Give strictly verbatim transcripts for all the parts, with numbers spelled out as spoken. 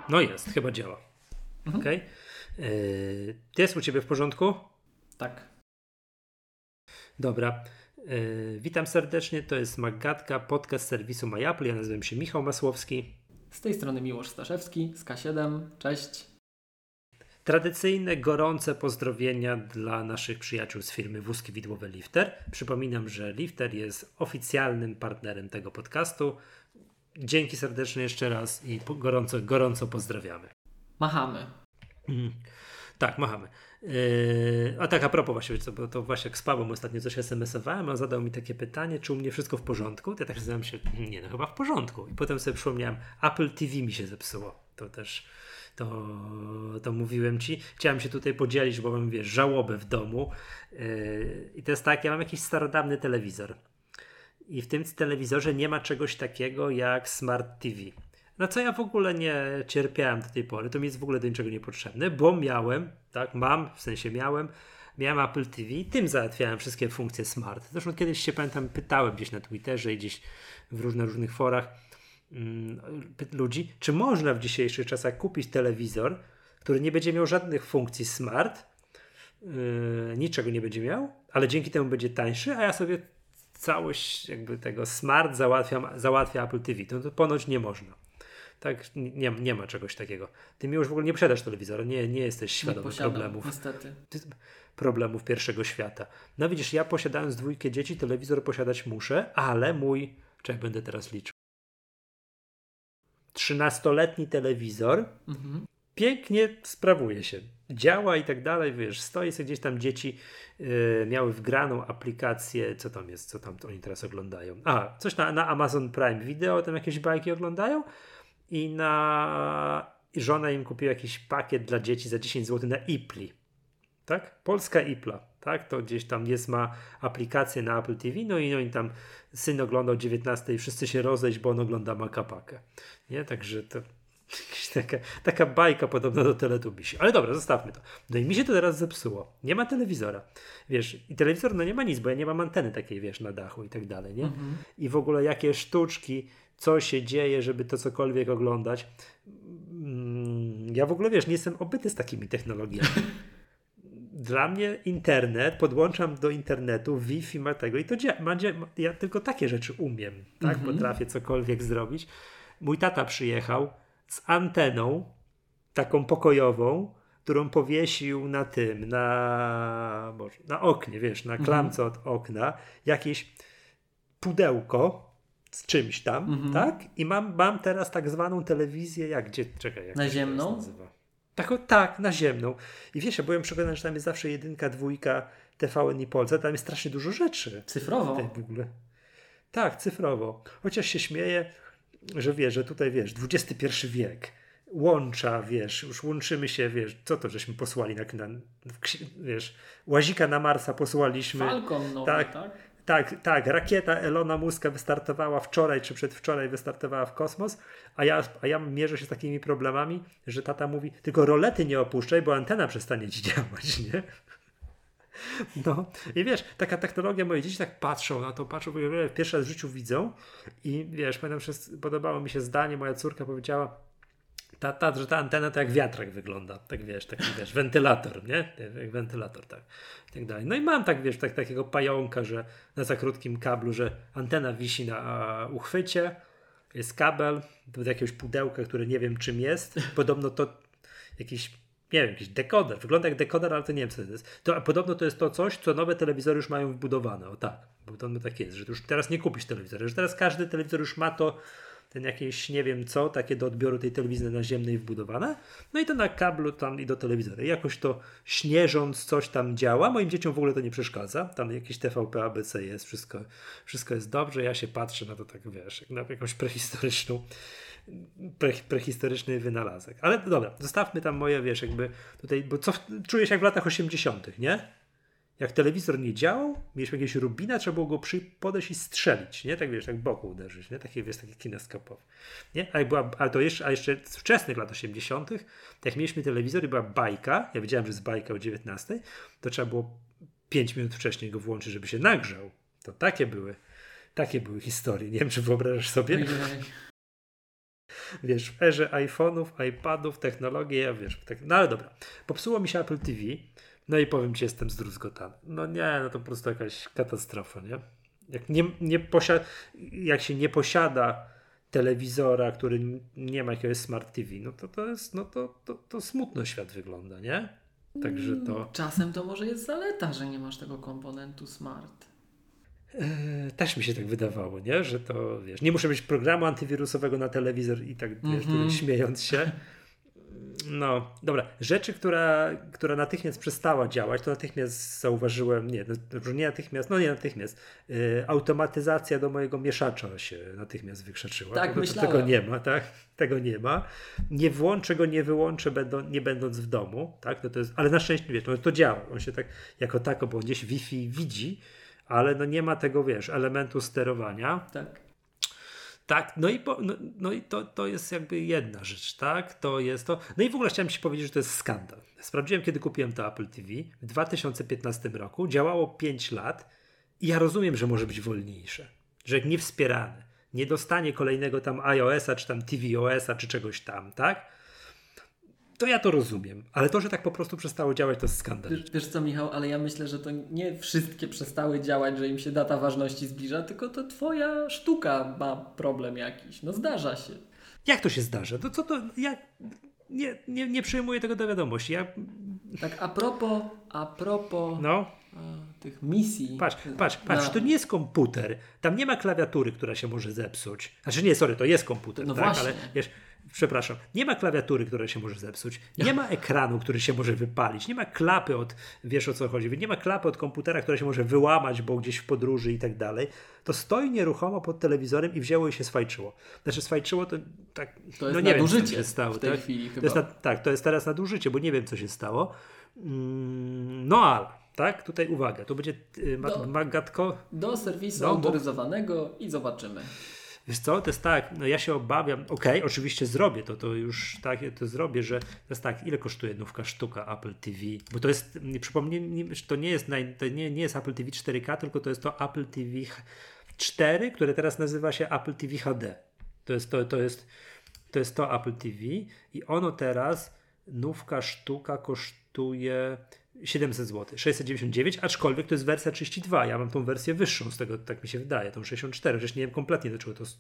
No jest, chyba działa. Mhm. Okej. Okay. Yy, jest u ciebie w porządku? Tak. Dobra. Yy, witam serdecznie, to jest Maggatka, podcast serwisu MyApple. Ja nazywam się Michał Masłowski. Z tej strony Miłosz Staszewski z K siedem. Cześć. Tradycyjne, gorące pozdrowienia dla naszych przyjaciół z firmy Wózki Widłowe Lifter. Przypominam, że Lifter jest oficjalnym partnerem tego podcastu. Dzięki serdecznie jeszcze raz i gorąco, gorąco pozdrawiamy. Machamy. Mm. Tak, machamy. Yy, a tak, a propos właśnie, co, bo to właśnie jak z Pawłem ostatnio coś es em esowałem, on zadał mi takie pytanie, czy u mnie wszystko w porządku? To ja też zadałem się, nie no chyba w porządku. I potem sobie przypomniałem, Apple T V mi się zepsuło. To też, to, to mówiłem ci. Chciałem się tutaj podzielić, bo mam, wiesz, żałobę w domu. Yy, I to jest tak, ja mam jakiś starodawny telewizor. I w tym telewizorze nie ma czegoś takiego jak Smart T V. Na co ja w ogóle nie cierpiałem do tej pory, to mi jest w ogóle do niczego niepotrzebne, bo miałem, tak, mam, w sensie miałem, miałem Apple T V i tym załatwiałem wszystkie funkcje smart. Zresztą kiedyś się pamiętam, pytałem gdzieś na Twitterze i gdzieś w różnych, różnych forach mm, ludzi, czy można w dzisiejszych czasach kupić telewizor, który nie będzie miał żadnych funkcji smart, yy, niczego nie będzie miał, ale dzięki temu będzie tańszy, a ja sobie całość jakby tego smart załatwiam, załatwia Apple T V. To, to ponoć nie można. Tak, nie, nie ma czegoś takiego. Ty mi już w ogóle nie posiadasz telewizora, nie, nie jesteś świadomy nie posiadam, problemów. Niestety. Problemów pierwszego świata. No widzisz, ja posiadając dwójkę dzieci, telewizor posiadać muszę, ale mój, czekaj, będę teraz liczył. trzynastoletni telewizor mhm. pięknie sprawuje się. Działa i tak dalej, wiesz, stoi sobie gdzieś tam dzieci yy, miały wgraną aplikację, co tam jest, co tam oni teraz oglądają. A, coś na, na Amazon Prime Video, tam jakieś bajki oglądają. I na I żona im kupiła jakiś pakiet dla dzieci za dziesięć złotych na Ipli. Tak? Polska Ipla. Tak? To gdzieś tam jest, ma aplikację na Apple T V, no i, no i tam syn oglądał dziewiętnastej i wszyscy się rozejść, bo on ogląda Makapakę. Nie? Także to taka, taka bajka podobna do Teletubbies. Ale dobra, zostawmy to. No i mi się to teraz zepsuło. Nie ma telewizora. Wiesz, i telewizor no nie ma nic, bo ja nie mam anteny takiej, wiesz, na dachu i tak dalej, nie? Mhm. I w ogóle jakie sztuczki, co się dzieje, żeby to cokolwiek oglądać. Ja w ogóle, wiesz, nie jestem obyty z takimi technologiami. Dla mnie internet, podłączam do internetu, Wi-Fi ma tego i to dzia- ma dzia- ja tylko takie rzeczy umiem, tak? Mm-hmm. Potrafię cokolwiek zrobić. Mój tata przyjechał z anteną taką pokojową, którą powiesił na tym, na, Boże, na oknie, wiesz, na klamce mm-hmm. od okna, jakieś pudełko z czymś tam, mm-hmm. tak? I mam, mam teraz tak zwaną telewizję, jak gdzie, czekaj, jak naziemną? To się nazywa? Tak, o, tak, naziemną. I wiesz, ja byłem przekonany, że tam jest zawsze jedynka, dwójka, T V N i Polsat, tam jest strasznie dużo rzeczy. Cyfrowo? W ogóle. Tak, cyfrowo. Chociaż się śmieję, że wiesz, że tutaj wiesz, dwudziesty pierwszy wiek. Łącza, wiesz, już łączymy się, wiesz, co to żeśmy posłali na, na wiesz, łazika na Marsa posłaliśmy. Falcon nowy, tak? tak? Tak, tak, rakieta Elona Muska wystartowała wczoraj czy przedwczoraj wystartowała w kosmos, a ja, a ja mierzę się z takimi problemami, że tata mówi, tylko rolety nie opuszczaj, bo antena przestanie ci działać, nie? No i wiesz, taka technologia, moje dzieci tak patrzą na to, patrzą, bo pierwszy raz w życiu widzą i wiesz, pamiętam, że podobało mi się zdanie, moja córka powiedziała, Ta, ta, że ta antena to jak wiatrak wygląda, tak wiesz, taki wiesz, wentylator, nie? Jak wentylator, tak. I tak dalej. No i mam tak, wiesz, tak, takiego pająka, że na za krótkim kablu, że antena wisi na a, uchwycie, jest kabel do jakiegoś pudełka, które nie wiem czym jest. Podobno to jakiś, nie wiem, jakiś dekoder. Wygląda jak dekoder, ale to nie wiem co to jest. To, a podobno to jest to coś, co nowe telewizory już mają wbudowane. O tak, bo to tak jest, że już teraz nie kupisz telewizora, że teraz każdy telewizor już ma to ten jakieś nie wiem co, takie do odbioru tej telewizji naziemnej wbudowane, no i to na kablu tam i do telewizora. I jakoś to śnieżąc coś tam działa, moim dzieciom w ogóle to nie przeszkadza, tam jakieś T V P, A B C jest, wszystko, wszystko jest dobrze, ja się patrzę na to tak, wiesz, jak na jakąś prehistoryczną pre, prehistoryczny wynalazek. Ale dobra, zostawmy tam moje, wiesz, jakby tutaj, bo co, czuję się jak w latach osiemdziesiątych, nie? Jak telewizor nie działał, mieliśmy jakiegoś rubina, trzeba było go przy, podejść i strzelić, nie? Tak wiesz, tak boku uderzyć, nie? Takie, wiesz, takie kineskopowe. Nie? A, była, ale to jeszcze, a jeszcze z wczesnych lat osiemdziesiątych, jak mieliśmy telewizor i była bajka, ja wiedziałem, że jest bajka o dziewiętnastej, to trzeba było pięć minut wcześniej go włączyć, żeby się nagrzał. To takie były, takie były historie. Nie wiem, czy wyobrażasz sobie? wiesz, w erze iPhone'ów, iPadów, technologii, ja wiesz, tak, no ale dobra. Popsuło mi się Apple T V, no i powiem ci, jestem zdruzgotany. No nie, no to po prostu jakaś katastrofa, nie? Jak, nie, nie posia- jak się nie posiada telewizora, który nie ma jakiegoś Smart T V, no to to jest, no to, to, to smutno świat wygląda, nie? Także to... Czasem to może jest zaleta, że nie masz tego komponentu smart. Yy, też mi się tak wydawało, nie? Że to, wiesz, nie muszę mieć programu antywirusowego na telewizor i tak, wiesz, Mhm. tutaj śmiejąc się. No, dobra. Rzeczy, która, która natychmiast przestała działać, to natychmiast zauważyłem, nie, no, nie natychmiast, no nie natychmiast, yy, automatyzacja do mojego mieszacza się natychmiast wykrzeczyła. Tak, to, to, myślałem. Tego nie ma, tak? Tego nie ma. Nie włączę go, nie wyłączę, będą, nie będąc w domu, tak? No to jest, ale na szczęście, wiesz, no to działa. On się tak jako tako, bo gdzieś Wi-Fi widzi, ale no nie ma tego, wiesz, elementu sterowania. Tak. Tak, no i, po, no, no i to, to jest jakby jedna rzecz, tak? To jest to. No i w ogóle chciałem ci powiedzieć, że to jest skandal. Sprawdziłem, kiedy kupiłem to Apple T V w dwa tysiące piętnastym roku. Działało pięć lat i ja rozumiem, że może być wolniejsze. Że jak nie wspierane, nie dostanie kolejnego tam iOS-a, czy tam T V O S-a, czy czegoś tam, tak? To ja to rozumiem, ale to, że tak po prostu przestało działać, to jest skandal. Wiesz, wiesz co, Michał, ale ja myślę, że to nie wszystkie przestały działać, że im się data ważności zbliża, tylko to twoja sztuka ma problem jakiś. No zdarza się. Jak to się zdarza? To co to? Ja nie, nie, nie przyjmuję tego do wiadomości. Ja... Tak a propos, a propos No. a, tych misji. Patrz, patrz, patrz, na... to nie jest komputer. Tam nie ma klawiatury, która się może zepsuć. Znaczy nie, sorry, to jest komputer, No tak? właśnie. Ale wiesz, przepraszam, nie ma klawiatury, która się może zepsuć. Nie ma ekranu, który się może wypalić. Nie ma klapy od, wiesz o co chodzi, nie ma klapy od komputera, która się może wyłamać, bo gdzieś w podróży i tak dalej. To stoi nieruchomo pod telewizorem i wzięło i się swajczyło. Znaczy swajczyło to tak, To jest no nie wiem, co nadużycie się stało. w tej tak? chwili To chyba. jest na, tak, to jest teraz nadużycie, bo nie wiem, co się stało. Mm, no ale, tak, tutaj uwaga, to będzie y, Do- Magatko. Do serwisu No, bo- autoryzowanego i zobaczymy. Wiesz co, to jest tak, no ja się obawiam, okej, oczywiście zrobię to, to już tak, to zrobię, że to jest tak, ile kosztuje nówka sztuka Apple T V, bo to jest, nie przypomnij, że to nie jest, naj, to nie, nie jest Apple T V cztery K, tylko to jest to Apple T V cztery, które teraz nazywa się Apple T V H D. To jest to, to jest, to jest to Apple T V i ono teraz, nówka sztuka kosztuje siedemset złotych, sześćset dziewięćdziesiąt dziewięć, aczkolwiek to jest wersja trzydzieści dwa. Ja mam tą wersję wyższą, z tego tak mi się wydaje, tą sześćdziesiąt cztery. Przecież nie wiem kompletnie do czego to,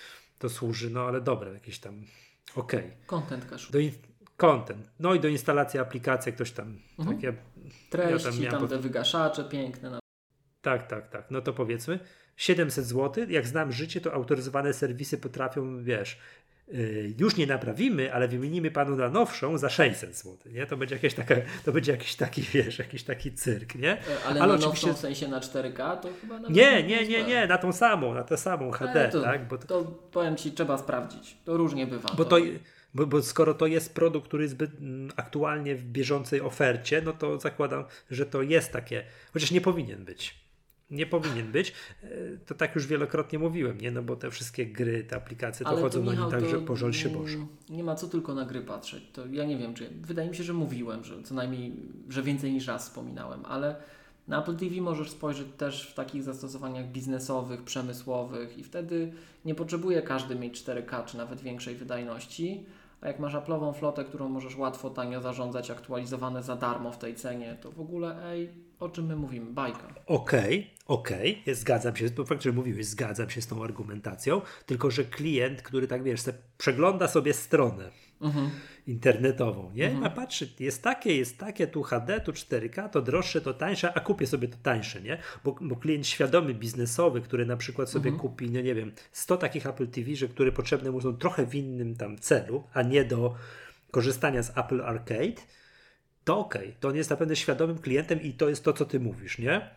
to służy, no ale dobra, jakieś tam okej. Okay. Content cache. Do in- content. No i do instalacji aplikacji ktoś tam. Mhm. Tak, ja, Treści, ja tam miałem tam pod- te wygaszacze piękne. Na... tak, tak, tak. No to powiedzmy siedemset złotych. Jak znam życie, to autoryzowane serwisy potrafią, wiesz, yy, już nie naprawimy, ale wymienimy panu na nowszą za sześćset złotych, nie? To będzie jakieś taka, to będzie jakiś taki, wiesz, jakiś taki cyrk, nie? E, Ale, Ale na oczywiście- nowszą w sensie na cztery K to chyba nawet Nie, nie, jest nie, źle. nie, na tą samą, na tę samą H D, Ale to, tak? Bo to, to powiem Ci, trzeba sprawdzić. To różnie bywa. bo, to, bo, bo skoro to jest produkt, który jest zbyt, mm, aktualnie w bieżącej ofercie, no to zakładam, że to jest takie, chociaż nie powinien być. Nie powinien być. E, To tak już wielokrotnie mówiłem, nie? No bo te wszystkie gry, te aplikacje to Ale chodzą do Michał, nich tak, to, że pożal się mm, Boże. Nie ma co tylko na gry patrzeć. To ja nie wiem, czy wydaje mi się, że mówiłem, że co najmniej, że więcej niż raz wspominałem, ale na Apple T V możesz spojrzeć też w takich zastosowaniach biznesowych, przemysłowych i wtedy nie potrzebuje każdy mieć cztery K czy nawet większej wydajności. A jak masz Apple'ową flotę, którą możesz łatwo, tanio zarządzać, aktualizowane za darmo w tej cenie, to w ogóle, ej, o czym my mówimy? Bajka. Okej, okej, jest- zgadzam się, bo fakt, że mówiłeś, zgadzam się z tą argumentacją, tylko że klient, który tak wiesz, se przegląda sobie stronę Mhm. internetową, nie? A patrzy, jest takie, jest takie, tu H D, tu cztery K, to droższe, to tańsze, a kupię sobie to tańsze, nie? Bo, bo klient świadomy, biznesowy, który na przykład sobie kupi, no nie wiem, sto takich Apple T V, że które potrzebne mu są trochę w innym tam celu, a nie do korzystania z Apple Arcade, to okej, okay. to on jest naprawdę świadomym klientem i to jest to, co ty mówisz, nie?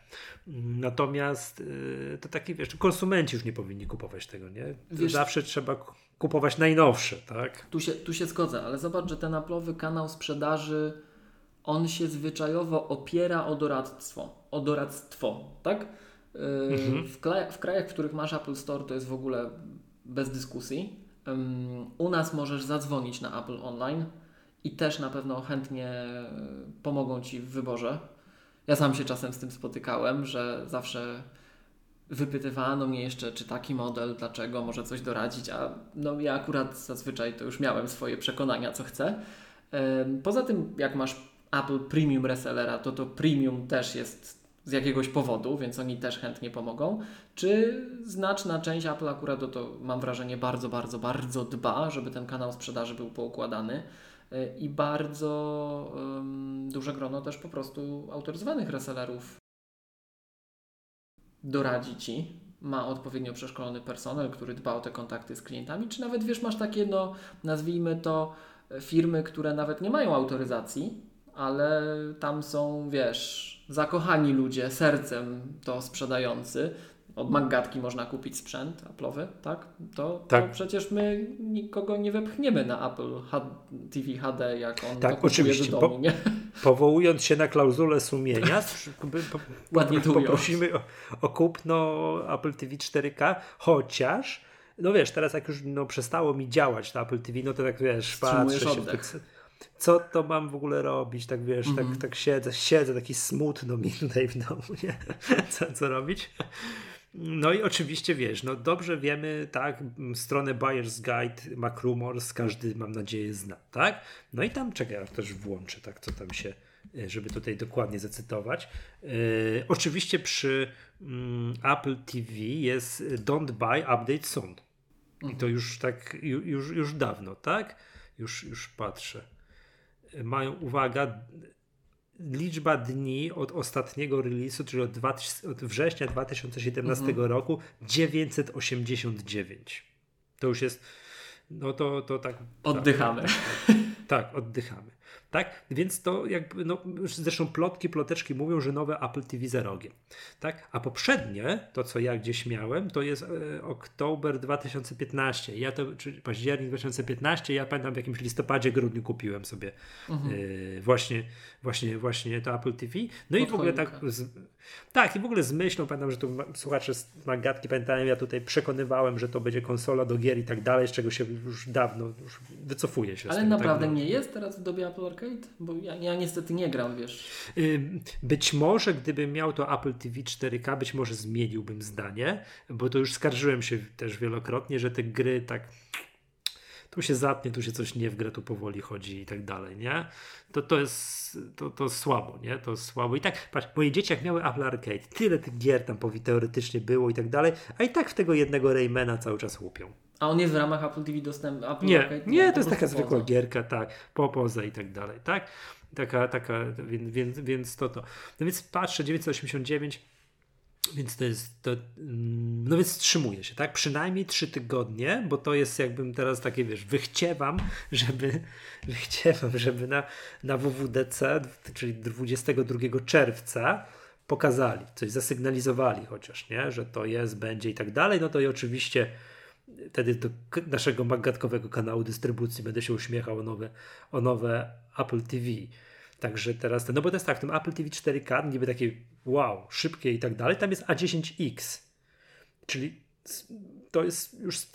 Natomiast yy, to taki, wiesz, konsumenci już nie powinni kupować tego, nie? Wiesz- Zawsze trzeba k- kupować najnowsze, tak? Tu się, tu się zgodzę, ale zobacz, że ten Apple'owy kanał sprzedaży, on się zwyczajowo opiera o doradztwo. O doradztwo, tak? Yy, w, kla- w krajach, w których masz Apple Store, to jest w ogóle bez dyskusji. Ym, u nas możesz zadzwonić na Apple Online i też na pewno chętnie y, pomogą Ci w wyborze. Ja sam się czasem z tym spotykałem, że zawsze wypytywano mnie jeszcze, czy taki model, dlaczego, może coś doradzić, a no ja akurat zazwyczaj to już miałem swoje przekonania, co chcę. Poza tym, jak masz Apple Premium Resellera, to to Premium też jest z jakiegoś powodu, więc oni też chętnie pomogą. Czy znaczna część Apple akurat o to, mam wrażenie, bardzo, bardzo, bardzo dba, żeby ten kanał sprzedaży był poukładany i bardzo um, duże grono też po prostu autoryzowanych resellerów doradzi Ci, ma odpowiednio przeszkolony personel, który dba o te kontakty z klientami, czy nawet, wiesz, masz takie, no, nazwijmy to, firmy, które nawet nie mają autoryzacji, ale tam są, wiesz, zakochani ludzie, sercem to sprzedający. Od Maggatki można kupić sprzęt Apple'owy, tak? To, tak? To przecież my nikogo nie wepchniemy na Apple T V H D, jak on tak, to oczywiście. do domu, po, nie? Powołując się na klauzulę sumienia, po, Ładnie po, poprosimy o, o kupno Apple T V cztery K, chociaż, no wiesz, teraz jak już no, przestało mi działać to Apple T V, no to tak wiesz, patrzę się w tych, co to mam w ogóle robić, tak wiesz, mm-hmm. tak, tak siedzę, siedzę, taki smutno mi tutaj w domu, nie? Co, co robić? No i oczywiście wiesz, no dobrze wiemy, tak, stronę Buyer's Guide, MacRumors, każdy, mam nadzieję, zna, tak? No i tam, czekaj, ja też włączę, tak, co tam się, żeby tutaj dokładnie zacytować. Yy, oczywiście przy mm, Apple T V jest don't buy, update soon. I to już tak, już, już dawno, tak? Już, już patrzę. Mają, uwaga, liczba dni od ostatniego release'u, czyli od, dwa, od września dwa tysiące siedemnastego mhm. roku, dziewięćset osiemdziesiąt dziewięć. To już jest, no to, to tak... Oddychamy. Tak, tak, oddychamy. Tak, więc to jakby, no zresztą plotki, ploteczki mówią, że nowe Apple T V za rogiem. Tak, a poprzednie, to co ja gdzieś miałem, to jest e, oktober dwa tysiące piętnasty. Ja to, czy październik dwa tysiące piętnasty, ja pamiętam w jakimś listopadzie, grudniu kupiłem sobie mhm. e, właśnie, właśnie, właśnie to Apple T V. No i w ogóle tak, z, tak, i w ogóle z myślą, pamiętam, że tu słuchacze z Maggatki pamiętają, ja tutaj przekonywałem, że to będzie konsola do gier i tak dalej, z czego się już dawno już wycofuję się. Ale z tym, naprawdę tak, no. nie jest teraz w dobie Apple Arcade? Bo ja, ja niestety nie gram, wiesz. Być może gdybym miał to Apple T V cztery K, być może zmieniłbym zdanie, bo to już skarżyłem się też wielokrotnie, że te gry tak tu się zatnie, tu się coś nie w grę, tu powoli chodzi i tak dalej, nie? To, to jest to, to słabo, nie? To słabo. I tak, patrz, moje dzieci jak miały Apple Arcade, tyle tych gier tam teoretycznie było i tak dalej, a i tak w tego jednego Raymana cały czas łupią. A on jest w ramach Apple T V dostępny? Apple nie, Arcade? nie, nie, to jest taka poza. zwykła gierka, tak, po poza i tak dalej, tak? Taka, taka, więc, więc, więc to to. No więc patrzę, dziewięćset osiemdziesiąt dziewięć, więc to jest, to, no więc wstrzymuje się, tak? Przynajmniej trzy tygodnie, bo to jest jakbym teraz takie, wiesz, wychciewam, żeby, wychciewam, żeby na, na W W D C, czyli dwudziestego drugiego czerwca pokazali, coś zasygnalizowali chociaż, nie? Że to jest, będzie i tak dalej, no to i oczywiście wtedy do naszego maggatkowego kanału dystrybucji będę się uśmiechał o nowe, o nowe Apple T V. Także teraz, no bo to jest tak, w tym Apple T V cztery K, niby takie wow, szybkie i tak dalej, tam jest A dziesięć X, czyli to jest już z,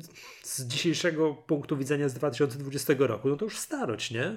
z dzisiejszego punktu widzenia z dwa tysiące dwudziestego roku, no to już starość, nie?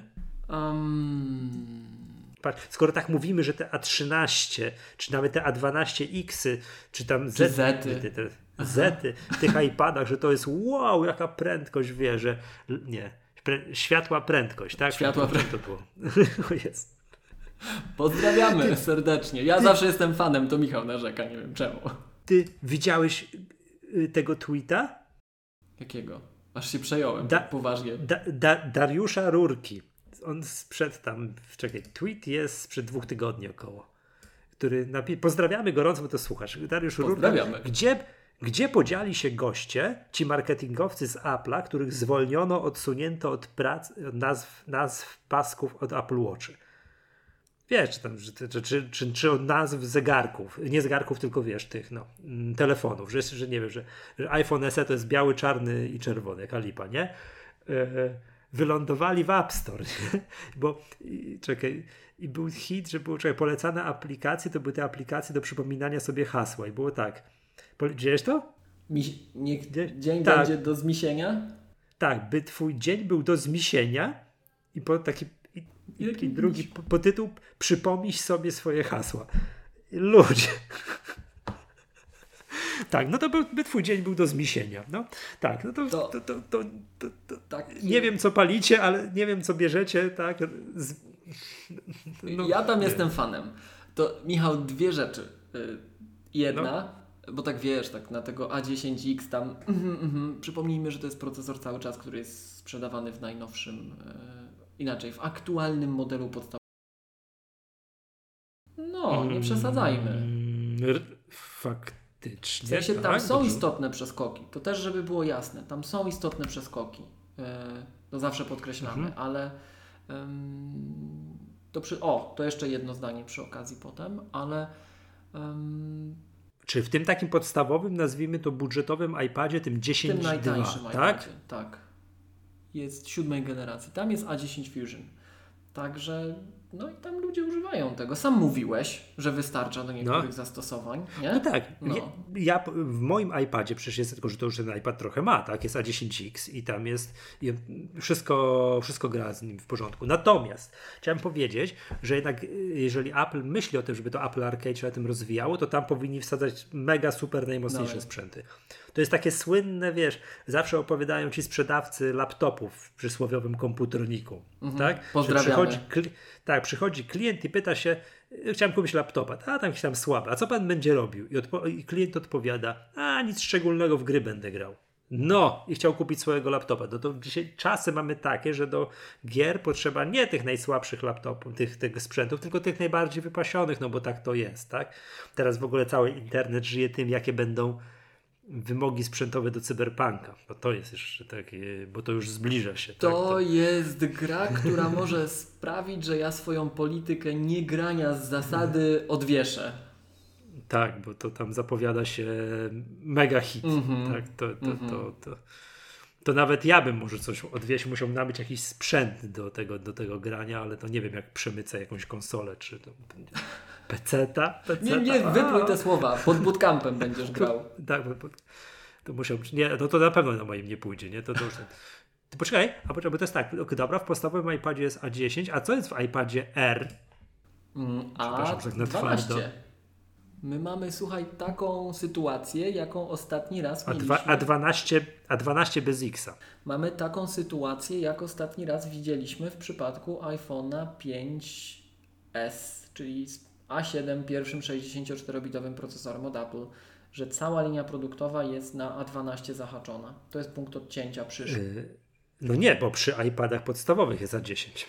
Um... Patrz, skoro tak mówimy, że te A trzynaście, czy nawet te A dwanaście X, czy tam Z, Zety. Te, te, Zety w tych iPadach, że to jest wow, jaka prędkość, wie, że nie, pre, światła prędkość, tak? Światła prędkość. To było. Jest. Pozdrawiamy serdecznie. Ja ty, zawsze jestem fanem, to Michał narzeka, nie wiem czemu. Ty widziałeś tego tweeta? Jakiego? Aż się przejąłem, da, tak poważnie. Da, da, Dariusza Rurki. On sprzed tam, czekaj, tweet jest sprzed dwóch tygodni około, który napi- pozdrawiamy gorąco, bo to słuchasz. Dariusz Rurka, gdzie, gdzie podzieli się goście, ci marketingowcy z Apple'a, których zwolniono, odsunięto od prac, od nazw, nazw pasków od Apple Watchy. Wiesz, czy, tam, czy, czy, czy, czy od nazw zegarków, nie zegarków, tylko wiesz, tych no, telefonów, że, że nie wiem, że, że iPhone S E to jest biały, czarny i czerwony, jaka lipa, nie? Yy, wylądowali w App Store, nie? Bo i, czekaj, i był hit, że było, czekaj, polecane aplikacje, to były te aplikacje do przypominania sobie hasła i było tak. Widziałeś to? Mi, nie, dzień tak. będzie do zmisienia? Tak, by twój dzień był do zmisienia i po taki i, i, i drugi po, po tytuł przypomnij sobie swoje hasła. Ludzie. Tak, no to był, by twój dzień był do zmiesienia. No tak, no to, to, to, to, to, to, to tak, nie wiem co palicie, ale nie wiem co bierzecie, tak. Z... No, ja tam nie. jestem fanem. To Michał, dwie rzeczy. Jedna, no. bo tak wiesz, tak na tego A dziesięć X tam mm, mm, przypomnijmy, że to jest procesor cały czas, który jest sprzedawany w najnowszym, e, inaczej, w aktualnym modelu podstawowym. No, nie przesadzajmy. Mm, faktycznie. W sensie tam tak, są dobrze. istotne przeskoki. To też, żeby było jasne. Tam są istotne przeskoki. E, to zawsze podkreślamy, mhm. ale um, to przy, o, to jeszcze jedno zdanie przy okazji potem, ale um, czy w tym takim podstawowym, nazwijmy to budżetowym iPadzie, tym dziesięć dwa, tak? iPadzie, tak. Jest siódmej generacji. Tam jest A dziesięć Fusion. Także no i tam ludzie używają tego. Sam mówiłeś, że wystarcza do niektórych no. zastosowań, nie? No tak. No. Ja, ja w moim iPadzie przecież jest tylko, że to już ten iPad trochę ma, tak? Jest A dziesięć X i tam jest i wszystko, wszystko gra z nim w porządku. Natomiast chciałem powiedzieć, że jednak jeżeli Apple myśli o tym, żeby to Apple Arcade się na tym rozwijało, to tam powinni wsadzać mega super najmocniejsze no. sprzęty. To jest takie słynne, wiesz, zawsze opowiadają ci sprzedawcy laptopów w przysłowiowym komputerniku, mhm. tak? Pozdrawiamy. Przychodzi, kli- tak, przychodzi klient i pyta się, chciałem kupić laptopa, a tam jakiś tam słaby, a co pan będzie robił? I, odpo- i klient odpowiada, a nic szczególnego, w gry będę grał. No, i chciał kupić swojego laptopa. No to dzisiaj czasy mamy takie, że do gier potrzeba nie tych najsłabszych laptopów, tych, tych sprzętów, tylko tych najbardziej wypasionych, no bo tak to jest, tak? Teraz w ogóle cały internet żyje tym, jakie będą wymogi sprzętowe do cyberpunka, bo to jest jeszcze takie, bo to już zbliża się. To, tak, to jest gra, która może sprawić, że ja swoją politykę niegrania z zasady odwieszę. Tak, bo to tam zapowiada się mega hit. Mm-hmm. Tak, to, to, mm-hmm. to, to, to, to nawet ja bym może coś odwiesił, musiał nabyć jakiś sprzęt do tego, do tego grania, ale to nie wiem jak przemycę jakąś konsolę, czy to peceta? Peceta? Nie, nie, wypluj te słowa, pod bootcampem będziesz grał. Tak, bo to musiał być, nie, no to na pewno na moim nie pójdzie, nie, to, to już to poczekaj, a poczekaj, bo to jest tak, dobra, w podstawowym iPadzie jest A dziesięć, a co jest w iPadzie R? Mm, a tak na dwanaście. My mamy, słuchaj, taką sytuację, jaką ostatni raz mieliśmy. A, dwanaście, a dwanaście bez X-a. Mamy taką sytuację, jak ostatni raz widzieliśmy w przypadku iPhone'a pięć S, czyli z A siedem pierwszym sześćdziesięcioczterobitowym procesorem od Apple, że cała linia produktowa jest na A dwanaście zahaczona. To jest punkt odcięcia przyszły. Yy, no nie, bo przy iPadach podstawowych jest A dziesięć.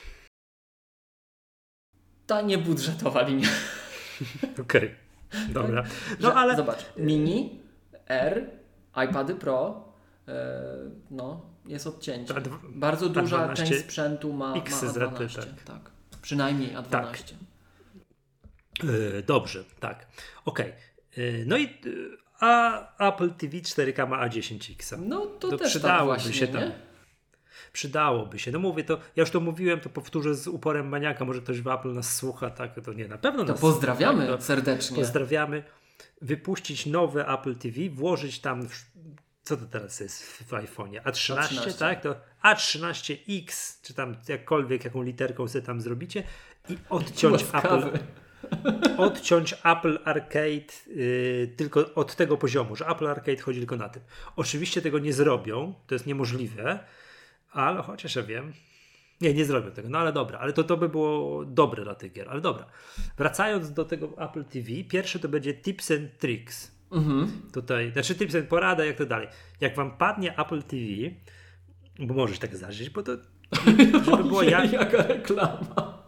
Ta niebudżetowa linia. Okej. Okay. Dobra. No, ale... Zobacz, mini, R, iPady Pro, yy, no, jest odcięcie. Dw- Bardzo duża część sprzętu ma, ma A dwanaście. Tak. tak. Przynajmniej A dwanaście. Tak. Yy, dobrze, tak. Okej. Okay. Yy, no i a Apple T V cztery K ma A dziesięć X. No to, to też przydałoby tak właśnie, się tam. Nie? Przydałoby się. No mówię to, ja już to mówiłem, to powtórzę z uporem maniaka, może ktoś w Apple nas słucha, tak, to nie, na pewno to nas pozdrawiamy słucha, tak, serdecznie. Pozdrawiamy. Wypuścić nowe Apple T V, włożyć tam, co to teraz jest w iPhone'ie? A trzynaście, A trzynaście, tak? To A trzynaście X, czy tam jakkolwiek, jaką literką sobie tam zrobicie i odciąć Apple... odciąć Apple Arcade yy, tylko od tego poziomu, że Apple Arcade chodzi tylko na tym. Oczywiście tego nie zrobią, to jest niemożliwe, ale chociaż ja wiem, nie, nie zrobią tego, no ale dobra, ale to, to by było dobre dla tych gier, ale dobra. Wracając do tego Apple T V, pierwszy to będzie tips and tricks. Mhm. Tutaj, znaczy tips and porada, jak to dalej. Jak wam padnie Apple T V, bo możesz tak zdarzyć, bo to żeby było jak... Jaka reklama.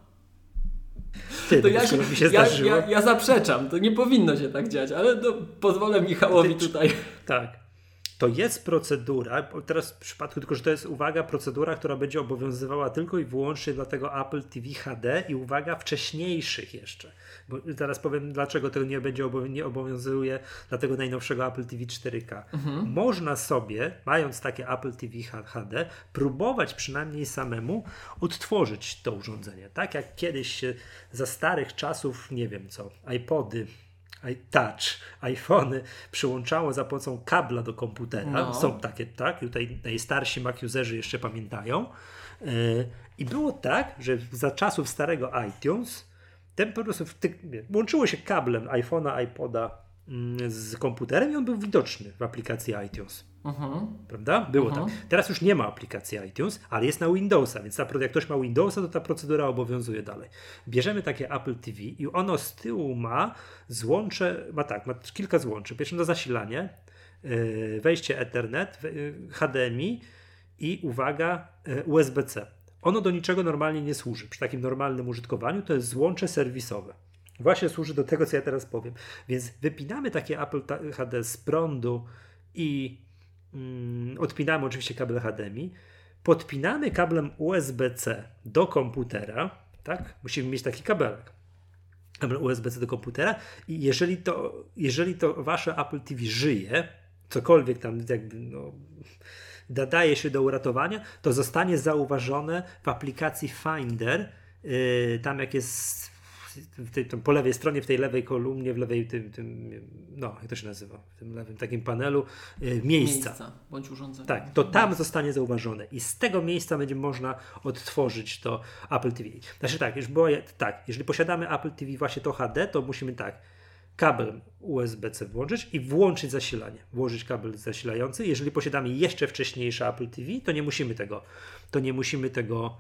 Ty, to ja, się, mi się ja, ja, ja zaprzeczam, to nie powinno się tak dziać, ale to pozwolę Michałowi Ty, tutaj. Tak. To jest procedura, teraz w przypadku tylko, że to jest, uwaga, procedura, która będzie obowiązywała tylko i wyłącznie dla tego Apple T V H D i uwaga, wcześniejszych jeszcze. Bo teraz powiem, dlaczego tego nie będzie obow- nie obowiązuje dla tego najnowszego Apple T V cztery K. Mhm. Można sobie, mając takie Apple T V H D, próbować przynajmniej samemu odtworzyć to urządzenie. Tak jak kiedyś się za starych czasów, nie wiem co, iPody, Touch, iPhony przyłączało za pomocą kabla do komputera. No. Są takie, tak? Tutaj najstarsi Mac userzy jeszcze pamiętają. Yy, I było tak, że za czasów starego iTunes ten po prostu wtyk- łączyło się kablem iPhone'a, iPoda z komputerem i on był widoczny w aplikacji iTunes. Mhm. Prawda? Było Mhm. tak. Teraz już nie ma aplikacji iTunes, ale jest na Windowsa, więc ta, jak ktoś ma Windowsa, to ta procedura obowiązuje dalej. Bierzemy takie Apple T V i ono z tyłu ma złącze, ma tak, ma kilka złączy. Pierwsze to zasilanie, yy, wejście Ethernet, yy, H D M I i uwaga, yy, U S B C. Ono do niczego normalnie nie służy. Przy takim normalnym użytkowaniu to jest złącze serwisowe. Właśnie służy do tego, co ja teraz powiem. Więc wypinamy takie Apple H D z prądu i mm, odpinamy oczywiście kabel H D M I, podpinamy kablem U S B C do komputera, tak? Musimy mieć taki kabelek. Kabel U S B C do komputera i jeżeli to, jeżeli to wasze Apple T V żyje, cokolwiek tam jakby no, nadaje się do uratowania, to zostanie zauważone w aplikacji Finder, yy, tam jak jest w tej, po lewej stronie, w tej lewej kolumnie, w lewej tym, tym no jak to się nazywa, w tym lewym takim panelu yy, miejsca. Miejsca bądź urządzenia. Tak, to tam zostanie zauważone i z tego miejsca będzie można odtworzyć to Apple T V. Znaczy tak, już było, tak, jeżeli posiadamy Apple T V właśnie to H D, to musimy tak, kabel U S B C włączyć i włączyć zasilanie. Włożyć kabel zasilający. Jeżeli posiadamy jeszcze wcześniejsze Apple T V, to nie musimy tego, to nie musimy tego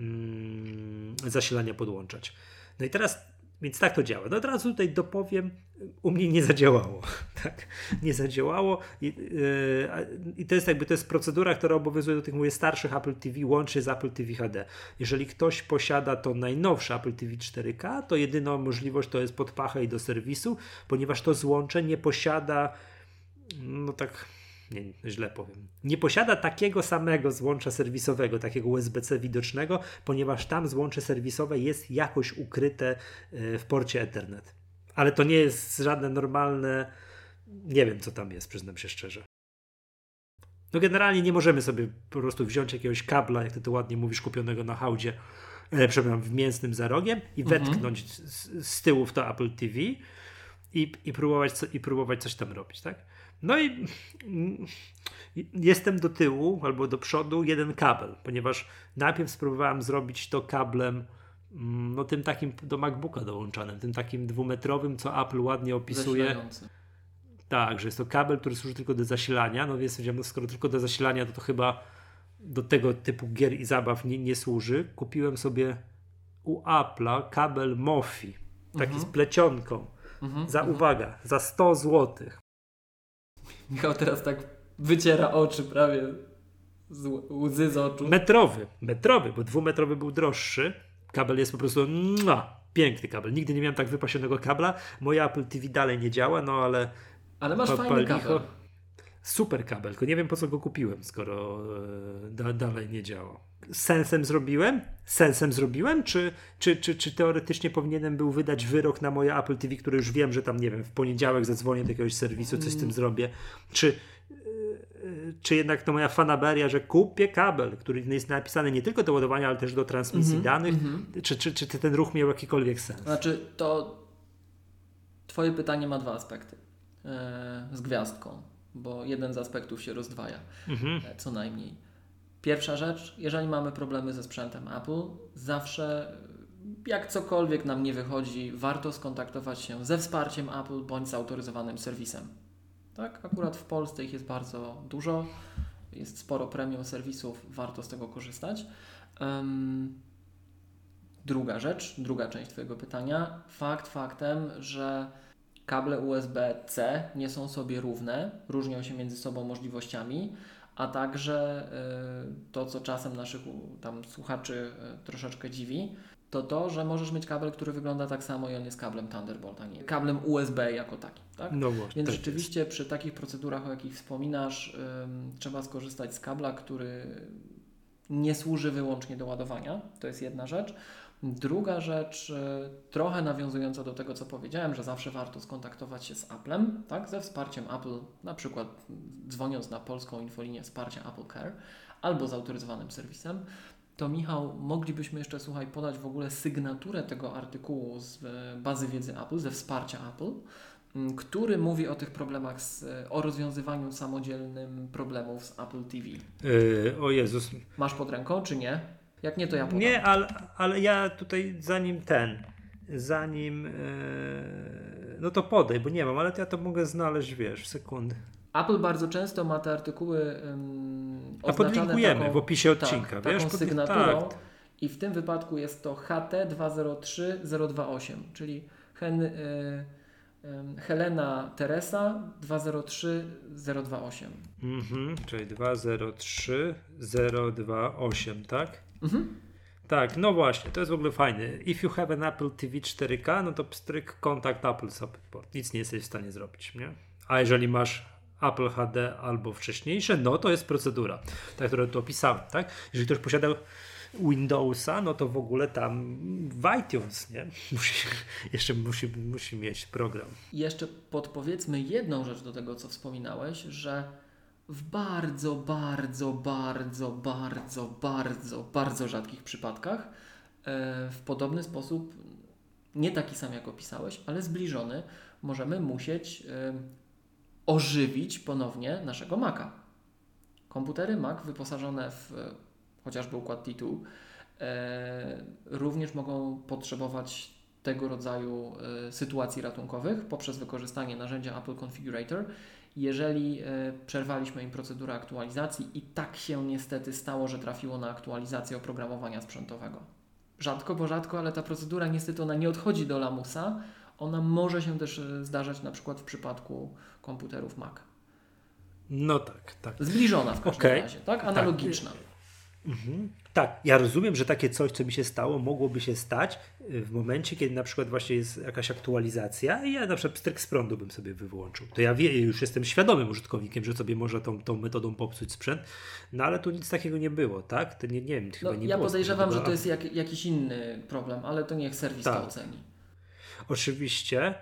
mm, zasilania podłączać. No i teraz, więc tak to działa. No od razu tutaj dopowiem, u mnie nie zadziałało. Tak, nie zadziałało i, yy, i to jest jakby, to jest procedura, która obowiązuje do tych moich starszych Apple T V, łącznie z Apple T V H D. Jeżeli ktoś posiada to najnowsze Apple T V cztery K, to jedyna możliwość to jest pod pachę i do serwisu, ponieważ to złącze nie posiada, no tak, nie, źle powiem, nie posiada takiego samego złącza serwisowego, takiego U S B C widocznego, ponieważ tam złącze serwisowe jest jakoś ukryte w porcie Ethernet. Ale to nie jest żadne normalne, nie wiem co tam jest, przyznam się szczerze. No generalnie nie możemy sobie po prostu wziąć jakiegoś kabla, jak ty to ładnie mówisz, kupionego na hałdzie, e, przepraszam, w mięsnym za rogiem i mhm. wetknąć z, z tyłu w to Apple T V i, i, próbować, co, i próbować coś tam robić, tak? No i mm, jestem do tyłu albo do przodu jeden kabel, ponieważ najpierw spróbowałem zrobić to kablem no tym takim do MacBooka dołączanym, tym takim dwumetrowym, co Apple ładnie opisuje. Zasilający. Tak, że jest to kabel, który służy tylko do zasilania, no więc skoro tylko do zasilania, to to chyba do tego typu gier i zabaw nie, nie służy. Kupiłem sobie u Apple'a kabel Mofi, taki mhm. z plecionką, mhm, za mhm. uwaga, za sto złotych. Michał teraz tak wyciera oczy prawie, z łzy z oczu. Metrowy, metrowy, bo dwumetrowy był droższy. Kabel jest po prostu mua, piękny kabel. Nigdy nie miałem tak wypasionego kabla. Moje Apple T V dalej nie działa, no ale... Ale masz fajny licho. kabel. Super kabel, tylko nie wiem po co go kupiłem, skoro e, da, dalej nie działa. Sensem zrobiłem? Sensem zrobiłem? Czy, czy, czy, czy teoretycznie powinienem był wydać wyrok na moje Apple T V, które już wiem, że tam, nie wiem, w poniedziałek zadzwonię do jakiegoś serwisu, coś z tym zrobię. Czy... czy jednak to moja fanaberia, że kupię kabel, który jest napisany nie tylko do ładowania, ale też do transmisji mm-hmm, danych, mm-hmm. Czy, czy, czy ten ruch miał jakikolwiek sens? Znaczy, to twoje pytanie ma dwa aspekty. Yy, z gwiazdką, bo jeden z aspektów się rozdwaja, mm-hmm. co najmniej. Pierwsza rzecz, jeżeli mamy problemy ze sprzętem Apple, zawsze jak cokolwiek nam nie wychodzi, warto skontaktować się ze wsparciem Apple bądź z autoryzowanym serwisem. Tak, akurat w Polsce ich jest bardzo dużo, jest sporo premium serwisów, warto z tego korzystać. Um, druga rzecz, druga część twojego pytania. Fakt faktem, że kable U S B C nie są sobie równe, różnią się między sobą możliwościami, a także y, to, co czasem naszych tam słuchaczy y, troszeczkę dziwi, to to, że możesz mieć kabel, który wygląda tak samo i on jest kablem Thunderbolt, a nie kablem U S B jako taki. Tak? No właśnie, Więc tak rzeczywiście jest. Przy takich procedurach, o jakich wspominasz, ym, trzeba skorzystać z kabla, który nie służy wyłącznie do ładowania. To jest jedna rzecz. Druga rzecz, y, trochę nawiązująca do tego, co powiedziałem, że zawsze warto skontaktować się z Applem, tak? Ze wsparciem Apple, na przykład dzwoniąc na polską infolinię wsparcia Apple Care albo z autoryzowanym serwisem. To Michał, moglibyśmy jeszcze, słuchaj, podać w ogóle sygnaturę tego artykułu z bazy wiedzy Apple, ze wsparcia Apple, który mówi o tych problemach, z, o rozwiązywaniu samodzielnym problemów z Apple T V. Yy, o Jezus. Masz pod ręką, czy nie? Jak nie, to ja podam. Nie, ale, ale ja tutaj zanim ten, zanim... Yy, no to podaj, bo nie mam, ale ja to mogę znaleźć, wiesz, w sekundy. Apple bardzo często ma te artykuły um, A podlinkujemy taką, w opisie odcinka, tak, wiesz? taką Podli- sygnaturą tak. i w tym wypadku jest to H T dwa zero trzy zero dwa osiem, czyli Hen, y, y, Helena Teresa dwa zero trzy zero dwa osiem. Mhm, czyli dwa zero trzy zero dwa osiem, tak? Mhm. Tak, no właśnie, to jest w ogóle fajne. If you have an Apple T V cztery K, no to pstryk kontakt Apple Support. Nic nie jesteś w stanie zrobić, nie? A jeżeli masz Apple H D albo wcześniejsze, no to jest procedura, ta, którą tu opisałem, tak? Jeżeli ktoś posiada Windowsa, no to w ogóle tam w iTunes, nie? Musi, jeszcze musi, musi mieć program. I jeszcze podpowiedzmy jedną rzecz do tego, co wspominałeś, że w bardzo, bardzo, bardzo, bardzo, bardzo, bardzo rzadkich przypadkach e, w podobny sposób, nie taki sam jak opisałeś, ale zbliżony, możemy musieć e, ożywić ponownie naszego Maca. Komputery Mac wyposażone w e, chociażby układ T dwa e, również mogą potrzebować tego rodzaju e, sytuacji ratunkowych poprzez wykorzystanie narzędzia Apple Configurator. Jeżeli e, przerwaliśmy im procedurę aktualizacji i tak się niestety stało, że trafiło na aktualizację oprogramowania sprzętowego. Rzadko, bo rzadko, ale ta procedura niestety ona nie odchodzi do lamusa. Ona może się też e, zdarzać na przykład w przypadku komputerów Mac. No tak, tak. Zbliżona w każdym okay. razie, tak? Analogiczna. Tak. Mhm. Tak, ja rozumiem, że takie coś, co mi się stało, mogłoby się stać w momencie, kiedy na przykład właśnie jest jakaś aktualizacja i ja na przykład pstryk z prądu bym sobie wyłączył. To ja wie, już jestem świadomym użytkownikiem, że sobie może tą, tą metodą popsuć sprzęt, no ale tu nic takiego nie było, tak? To nie, nie wiem, chyba No, nie ja było. podejrzewam, że to jest jak, jakiś inny problem, ale to niech serwis tak. to oceni. Oczywiście.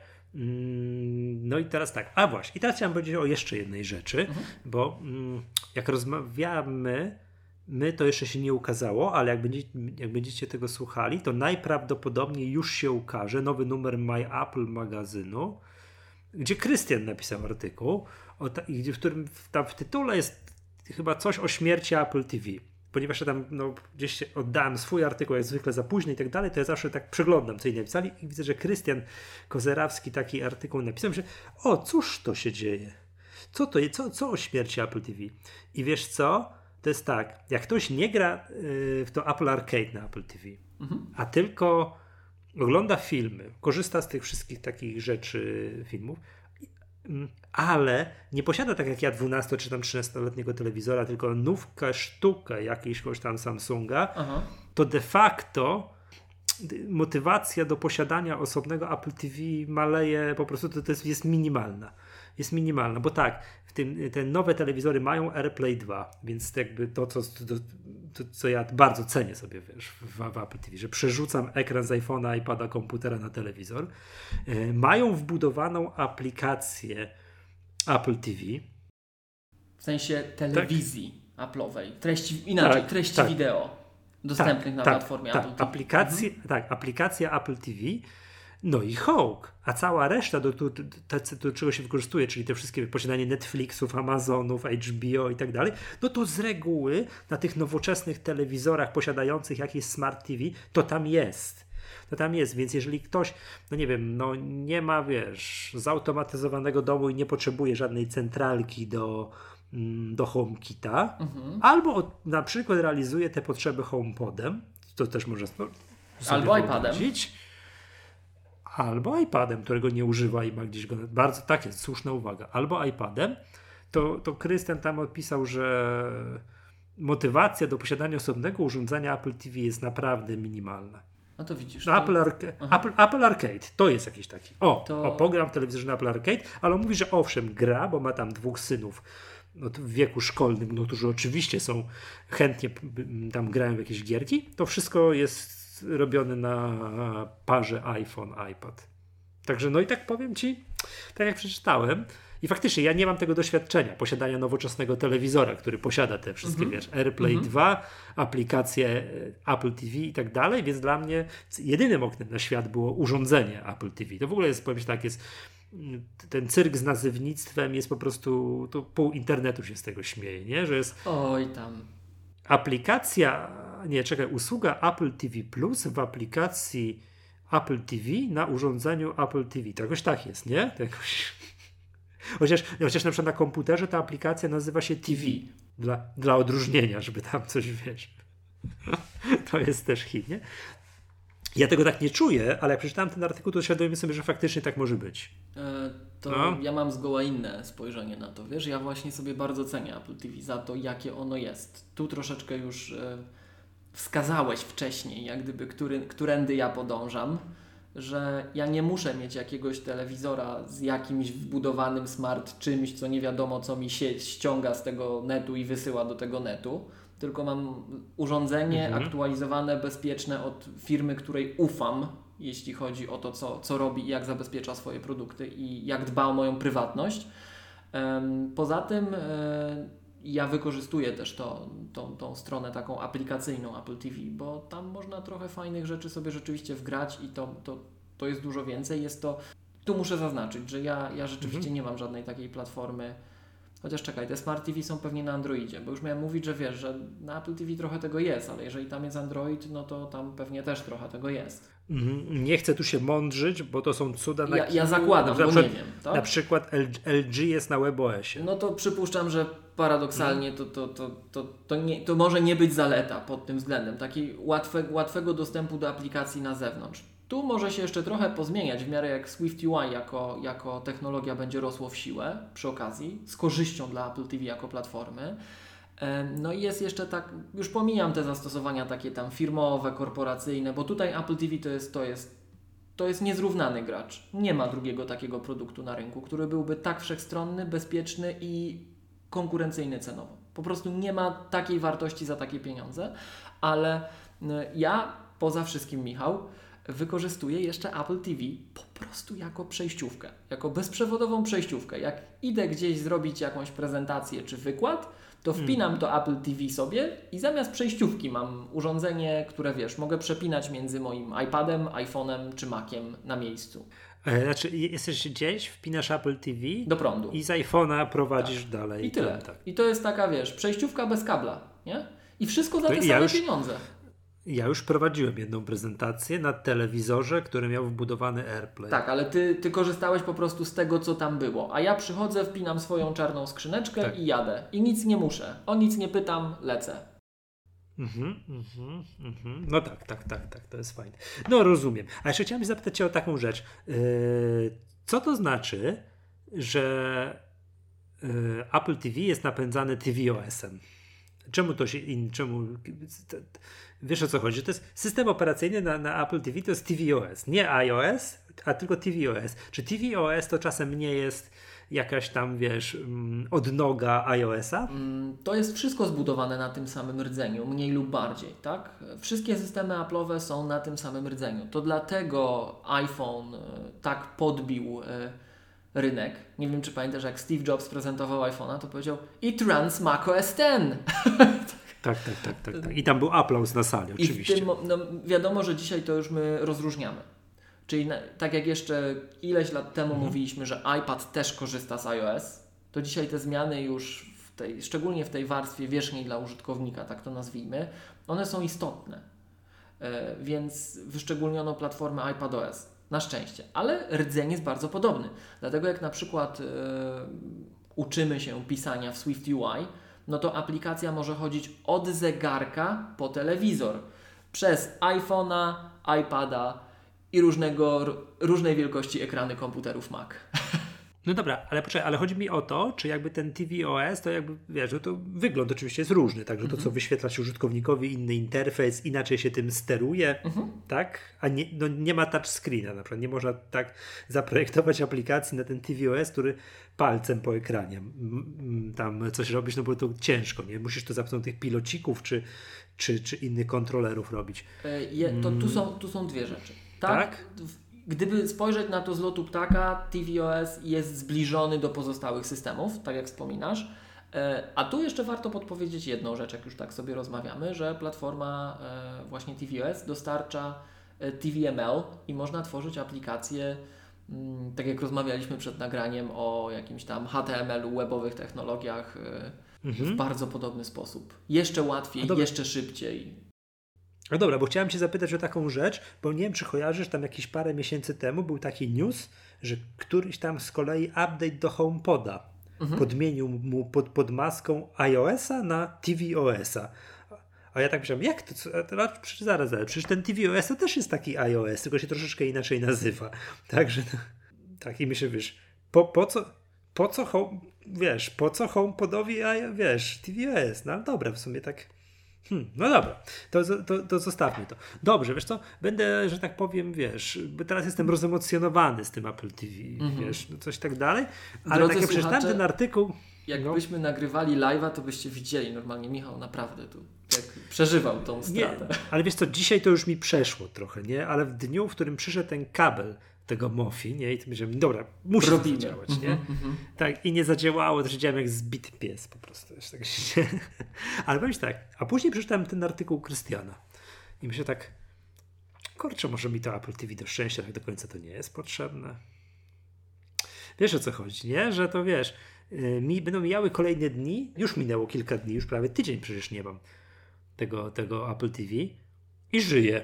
No i teraz tak, a właśnie, i teraz chciałem powiedzieć o jeszcze jednej rzeczy, mhm. bo jak rozmawiamy, my to jeszcze się nie ukazało, ale jak będziecie, jak będziecie tego słuchali, to najprawdopodobniej już się ukaże nowy numer My Apple magazynu, gdzie Krystian napisał artykuł, o ta, w którym tam w tytule jest chyba coś o śmierci Apple T V. Ponieważ ja tam no, gdzieś się oddałem swój artykuł, jak zwykle za późno i tak dalej, to ja zawsze tak przeglądam, co inni napisali i widzę, że Krystian Kozerawski taki artykuł napisał, że o, cóż to się dzieje? Co to jest? Co, co o śmierci Apple T V? I wiesz co? To jest tak, jak ktoś nie gra yy, w to Apple Arcade na Apple T V, mhm. a tylko ogląda filmy, korzysta z tych wszystkich takich rzeczy, filmów, ale nie posiada tak jak ja dwunasto czy tam trzynastoletniego telewizora, tylko nówkę, sztukę jakiegoś tam Samsunga, aha. to de facto motywacja do posiadania osobnego Apple T V maleje, po prostu to, to jest, jest minimalna. Jest minimalna, bo tak, w tym, te nowe telewizory mają AirPlay dwa, więc jakby to, co, to, to, co ja bardzo cenię sobie, wiesz, w, w Apple T V, że przerzucam ekran z iPhone'a, iPada, komputera na telewizor. Yy, mają wbudowaną aplikację Apple T V. W sensie telewizji tak? Apple'owej. Treści, inaczej, tak, treści tak. wideo dostępnych tak, na tak, platformie tak, Apple T V. Aplikacje, mhm. Tak, aplikacja Apple T V. No i Hawk, a cała reszta, do, do, do, do, do czego się wykorzystuje, czyli te wszystkie posiadanie Netflixów, Amazonów, H B O i tak dalej, no to z reguły na tych nowoczesnych telewizorach posiadających jakieś Smart T V, to tam jest. To tam jest, więc jeżeli ktoś, no nie wiem, no nie ma, wiesz, zautomatyzowanego domu i nie potrzebuje żadnej centralki do, do HomeKita, mhm. albo na przykład realizuje te potrzeby HomePodem, to też może sobie albo iPadem. Albo iPadem, którego nie używa i ma gdzieś go... Bardzo, tak jest, słuszna uwaga. Albo iPadem, to, to Krystian tam odpisał, że motywacja do posiadania osobnego urządzenia Apple T V jest naprawdę minimalna. No to widzisz. No, to... Apple, Arca- Apple, Apple Arcade, to jest jakiś taki. O, to... o pogram w telewizorze na Apple Arcade, ale on mówi, że owszem, gra, bo ma tam dwóch synów no, w wieku szkolnym, no, którzy oczywiście są chętnie tam grają w jakieś gierki. To wszystko jest robiony na parze iPhone-iPad. Także no i tak powiem Ci, tak jak przeczytałem i faktycznie ja nie mam tego doświadczenia posiadania nowoczesnego telewizora, który posiada te wszystkie, mm-hmm. wiesz, AirPlay mm-hmm. dwa, aplikacje Apple T V i tak dalej, więc dla mnie jedynym oknem na świat było urządzenie Apple T V. To w ogóle jest, powiem Ci tak, jest ten cyrk z nazewnictwem jest po prostu, to pół internetu się z tego śmieje, nie? Że jest oj tam aplikacja nie, czekaj, usługa Apple T V Plus w aplikacji Apple T V na urządzeniu Apple T V. To jakoś tak jest, nie? To jakoś... Chociaż, chociaż na przykład na komputerze ta aplikacja nazywa się T V. Dla, dla odróżnienia, żeby tam coś, wiesz. To jest też hit, nie? Ja tego tak nie czuję, ale jak przeczytałem ten artykuł, to uświadomiłem sobie, że faktycznie tak może być. E, to no. Ja mam zgoła inne spojrzenie na to, wiesz, ja właśnie sobie bardzo cenię Apple T V za to, jakie ono jest. Tu troszeczkę już e, wskazałeś wcześniej, jak gdyby, który, którędy ja podążam, że ja nie muszę mieć jakiegoś telewizora z jakimś wbudowanym smart czymś, co nie wiadomo co mi się ściąga z tego netu i wysyła do tego netu, tylko mam urządzenie mhm. aktualizowane, bezpieczne od firmy, której ufam, jeśli chodzi o to, co, co robi i jak zabezpiecza swoje produkty i jak dba o moją prywatność. Poza tym ja wykorzystuję też to, tą, tą stronę taką aplikacyjną Apple T V, bo tam można trochę fajnych rzeczy sobie rzeczywiście wgrać i to, to, to jest dużo więcej. Jest to, tu muszę zaznaczyć, że ja, ja rzeczywiście mhm. nie mam żadnej takiej platformy. Chociaż czekaj, te Smart T V są pewnie na Androidzie, bo już miałem mówić, że wiesz, że na Apple T V trochę tego jest, ale jeżeli tam jest Android, no to tam pewnie też trochę tego jest. Nie chcę tu się mądrzyć, bo to są cuda na Ja, ja zakładam, na bo przykład, nie wiem. Tak? Na przykład L G jest na WebOSie. No to przypuszczam, że paradoksalnie to, to, to, to, to, nie, to może nie być zaleta pod tym względem, takiej łatwe, łatwego dostępu do aplikacji na zewnątrz. Tu może się jeszcze trochę pozmieniać w miarę jak SwiftUI jako, jako technologia będzie rosło w siłę przy okazji, z korzyścią dla Apple T V jako platformy. No i jest jeszcze tak, już pomijam te zastosowania takie tam firmowe, korporacyjne, bo tutaj Apple T V to jest, to jest, to jest niezrównany gracz. Nie ma drugiego takiego produktu na rynku, który byłby tak wszechstronny, bezpieczny i konkurencyjny cenowo. Po prostu nie ma takiej wartości za takie pieniądze, ale ja poza wszystkim, Michał, wykorzystuję jeszcze Apple T V po prostu jako przejściówkę, jako bezprzewodową przejściówkę. Jak idę gdzieś zrobić jakąś prezentację czy wykład, to wpinam to Apple T V sobie i zamiast przejściówki mam urządzenie, które wiesz, mogę przepinać między moim iPadem, iPhone'em czy Maciem na miejscu. Znaczy jesteś gdzieś, wpinasz Apple T V do prądu i z iPhone'a prowadzisz tak. dalej. I tyle. Tam, tak. I to jest taka, wiesz, przejściówka bez kabla, nie? I wszystko za te to same ja już... pieniądze. Ja już prowadziłem jedną prezentację na telewizorze, który miał wbudowany AirPlay. Tak, ale ty, ty korzystałeś po prostu z tego, co tam było. A ja przychodzę, wpinam swoją czarną skrzyneczkę tak. i jadę. I nic nie muszę. O nic nie pytam, lecę. Mhm, mhm, mhm. No tak, tak, tak, tak, to jest fajne. No rozumiem. A jeszcze chciałem zapytać Cię o taką rzecz. Yy, co to znaczy, że yy, Apple T V jest napędzany tvOS-em? Czemu to się in, czemu wiesz o co chodzi? To jest system operacyjny na, na Apple T V, to jest tvOS, nie iOS, a tylko tvOS. Czy tvOS to czasem nie jest jakaś tam, wiesz, odnoga iOS-a? To jest wszystko zbudowane na tym samym rdzeniu, mniej lub bardziej, tak? Wszystkie systemy Apple'owe są na tym samym rdzeniu. To dlatego iPhone tak podbił rynek. Nie wiem, czy pamiętasz, jak Steve Jobs prezentował iPhone'a, to powiedział It runs macOS ten. Tak, tak, tak, tak, tak. I tam był aplauz na sali, oczywiście. I w tym, no, wiadomo, że dzisiaj to już my rozróżniamy. Czyli na, tak jak jeszcze ileś lat temu mhm. mówiliśmy, że iPad też korzysta z iOS, to dzisiaj te zmiany już, w tej, szczególnie w tej warstwie wierzchniej dla użytkownika, tak to nazwijmy, one są istotne. E, więc wyszczególniono platformę iPadOS. Na szczęście. Ale rdzeń jest bardzo podobny. Dlatego jak na przykład yy, uczymy się pisania w SwiftUI, no to aplikacja może chodzić od zegarka po telewizor. Przez iPhone'a, iPada i różnego, różnej wielkości ekrany komputerów Mac. No dobra, ale poczekaj, ale chodzi mi o to, czy jakby ten tvOS, to jakby, wiesz, to wygląd oczywiście jest różny, także to, co wyświetla się użytkownikowi, inny interfejs, inaczej się tym steruje, mhm. tak? A nie, no nie ma touchscreena na przykład, nie można tak zaprojektować aplikacji na ten tvOS, który palcem po ekranie tam coś robisz, no bo to ciężko, nie? Musisz to za pomocą tych pilocików, czy, czy, czy innych kontrolerów robić. Je, to tu są, tu są dwie rzeczy. Tak? tak? Gdyby spojrzeć na to z lotu ptaka, tvOS jest zbliżony do pozostałych systemów, tak jak wspominasz. A tu jeszcze warto podpowiedzieć jedną rzecz, jak już tak sobie rozmawiamy, że platforma właśnie tvOS dostarcza T V M L i można tworzyć aplikacje, tak jak rozmawialiśmy przed nagraniem o jakimś tam H T M L-u, webowych technologiach mhm. w bardzo podobny sposób. Jeszcze łatwiej, jeszcze szybciej. No dobra, bo chciałem cię zapytać o taką rzecz, bo nie wiem, czy kojarzysz, tam jakieś parę miesięcy temu był taki news, że któryś tam z kolei update do HomePoda mhm. podmienił mu pod, pod maską iOS-a na tvOS-a. A ja tak myślałem, jak to? Co, to przecież zaraz, zaraz, przecież ten tvOS to też jest taki iOS, tylko się troszeczkę inaczej nazywa. Także, tak i myślę, wiesz, po, po co, po co home, wiesz, po co HomePodowi, wiesz, tvOS? No dobra, w sumie tak... Hmm, no dobra, to, to, to zostawmy to. Dobrze, wiesz co, będę, że tak powiem, wiesz, bo teraz jestem rozemocjonowany z tym Apple T V, mm-hmm. wiesz, no coś tak dalej, ale Drodzy tak jak przeczytałem ten artykuł... Jakbyśmy no, nagrywali live'a, to byście widzieli normalnie, Michał naprawdę tu jak przeżywał tą stratę. Nie, ale wiesz co, dzisiaj to już mi przeszło trochę, nie, ale w dniu, w którym przyszedł ten kabel tego Mofi, nie, i to myślałem, dobra, muszę to zadziałać, nie, mm-hmm, mm-hmm. tak, i nie zadziałało, to siedziałem jak zbity pies po prostu, wiesz, tak się... ale powiem tak, a później przeczytałem ten artykuł Krystiana i myślę tak, kurczę, może mi to Apple T V do szczęścia tak do końca to nie jest potrzebne. Wiesz o co chodzi, nie, że to wiesz, yy, mi będą mijały kolejne dni, już minęło kilka dni, już prawie tydzień przecież nie mam tego, tego Apple T V i żyję.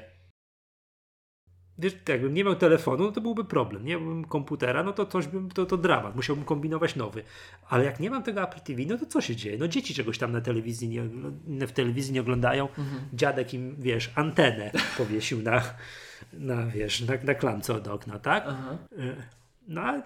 Wiesz, jakbym nie miał telefonu, to byłby problem. Nie miałbym komputera, no to coś bym, to, to dramat. Musiałbym kombinować nowy. Ale jak nie mam tego Apple T V, no to co się dzieje? No dzieci czegoś tam na telewizji nie, w telewizji nie oglądają. Mhm. Dziadek im, wiesz, antenę powiesił na, na wiesz, na, na klamce od okna, tak? Aha. No,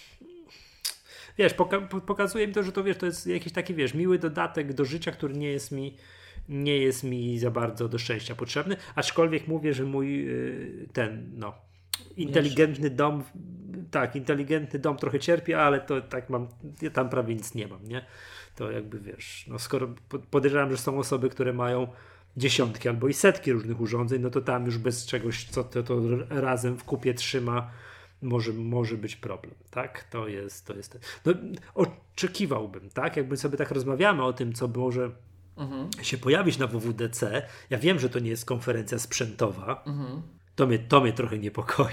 wiesz, poka- pokazuje mi to, że to, wiesz, to jest jakiś taki, wiesz, miły dodatek do życia, który nie jest mi nie jest mi za bardzo do szczęścia potrzebny, aczkolwiek mówię, że mój ten, no, inteligentny dom, tak, inteligentny dom trochę cierpi, ale to tak mam, ja tam prawie nic nie mam, nie? To jakby, wiesz, no skoro podejrzewam, że są osoby, które mają dziesiątki albo i setki różnych urządzeń, no to tam już bez czegoś, co to, to razem w kupie trzyma, może, może być problem, tak? To jest, to jest, no oczekiwałbym, tak? Jakby sobie tak rozmawiamy o tym, co może Mhm. się pojawić na W W D C. Ja wiem, że to nie jest konferencja sprzętowa. Mhm. To, mnie, to mnie trochę niepokoi.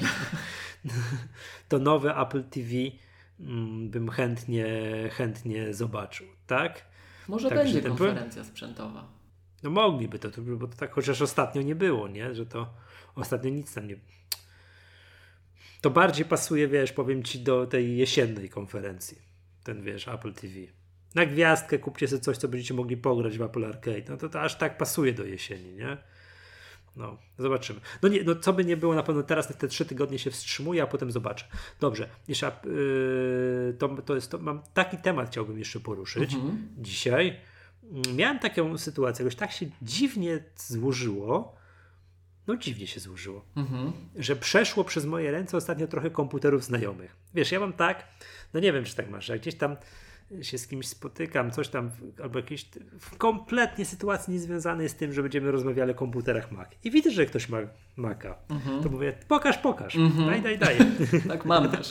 To nowe Apple T V mm, bym chętnie, chętnie zobaczył, tak? Może tak, będzie konferencja ten... sprzętowa. No mogliby to, bo to tak chociaż ostatnio nie było, nie? Że to ostatnio nic tam nie... To bardziej pasuje, wiesz, powiem ci, do tej jesiennej konferencji. Ten, wiesz, Apple T V. Na gwiazdkę kupcie sobie coś, co będziecie mogli pograć w Apple Arcade. No to, to aż tak pasuje do jesieni, nie? No, zobaczymy. No, nie, no co by nie było, na pewno teraz na te trzy tygodnie się wstrzymuję, a potem zobaczę. Dobrze, jeszcze yy, to, to jest, to mam taki temat chciałbym jeszcze poruszyć mhm. dzisiaj. Miałem taką sytuację, jakoś tak się dziwnie złożyło, no dziwnie się złożyło, mhm. że przeszło przez moje ręce ostatnio trochę komputerów znajomych. Wiesz, ja mam tak, no nie wiem, czy tak masz, jak gdzieś tam się z kimś spotykam, coś tam, albo jakieś w kompletnie sytuacji niezwiązanej z tym, że będziemy rozmawiali o komputerach Mac. I widzę, że ktoś ma Maca. Mhm. To mówię, pokaż, pokaż. Mhm. Daj, daj, daj. Tak mam też.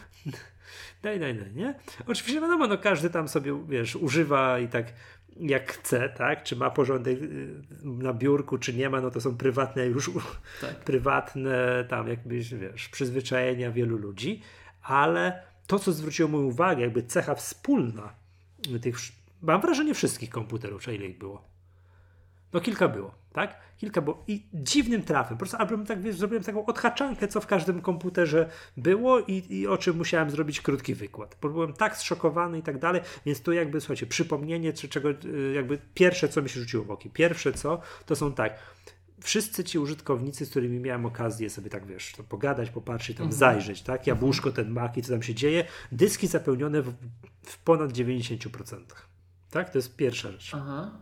Daj, daj, daj, nie? Oczywiście wiadomo, no każdy tam sobie, wiesz, używa i tak jak chce, tak? Czy ma porządek na biurku, czy nie ma, no to są prywatne już, tak. prywatne tam jakbyś, wiesz, przyzwyczajenia wielu ludzi, ale to, co zwróciło moją uwagę, jakby cecha wspólna tych, mam wrażenie, wszystkich komputerów, czy ile ich było? No kilka było, tak? Kilka było i dziwnym trafem, po prostu albo tak, wiesz, zrobiłem taką odhaczankę, co w każdym komputerze było i, i o czym musiałem zrobić krótki wykład, bo byłem tak zszokowany i tak dalej, więc tu jakby, słuchajcie, przypomnienie, czy czego, jakby pierwsze, co mi się rzuciło w oki, pierwsze co, to są tak, wszyscy ci użytkownicy, z którymi miałem okazję sobie tak, wiesz, to pogadać, popatrzeć, tam mhm. zajrzeć, tak? Jabłuszko, ten Mac i co tam się dzieje. Dyski zapełnione w, w ponad dziewięćdziesiąt procent. Tak? To jest pierwsza rzecz. Aha.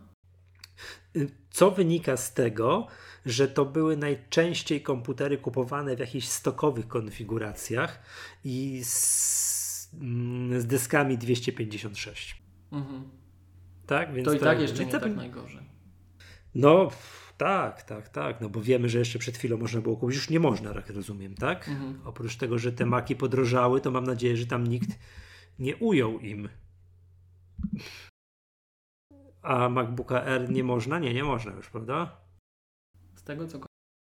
Co wynika z tego, że to były najczęściej komputery kupowane w jakichś stokowych konfiguracjach i z, z dyskami dwieście pięćdziesiąt sześć. Mhm. Tak? Więc to i to tak jeszcze nie tak najgorzej. No... Tak, tak, tak, no bo wiemy, że jeszcze przed chwilą można było kupić, już nie można, jak rozumiem, tak? Mhm. Oprócz tego, że te Maki podrożały, to mam nadzieję, że tam nikt nie ujął im. A MacBooka Air nie można? Nie, nie można już, prawda? Z tego co...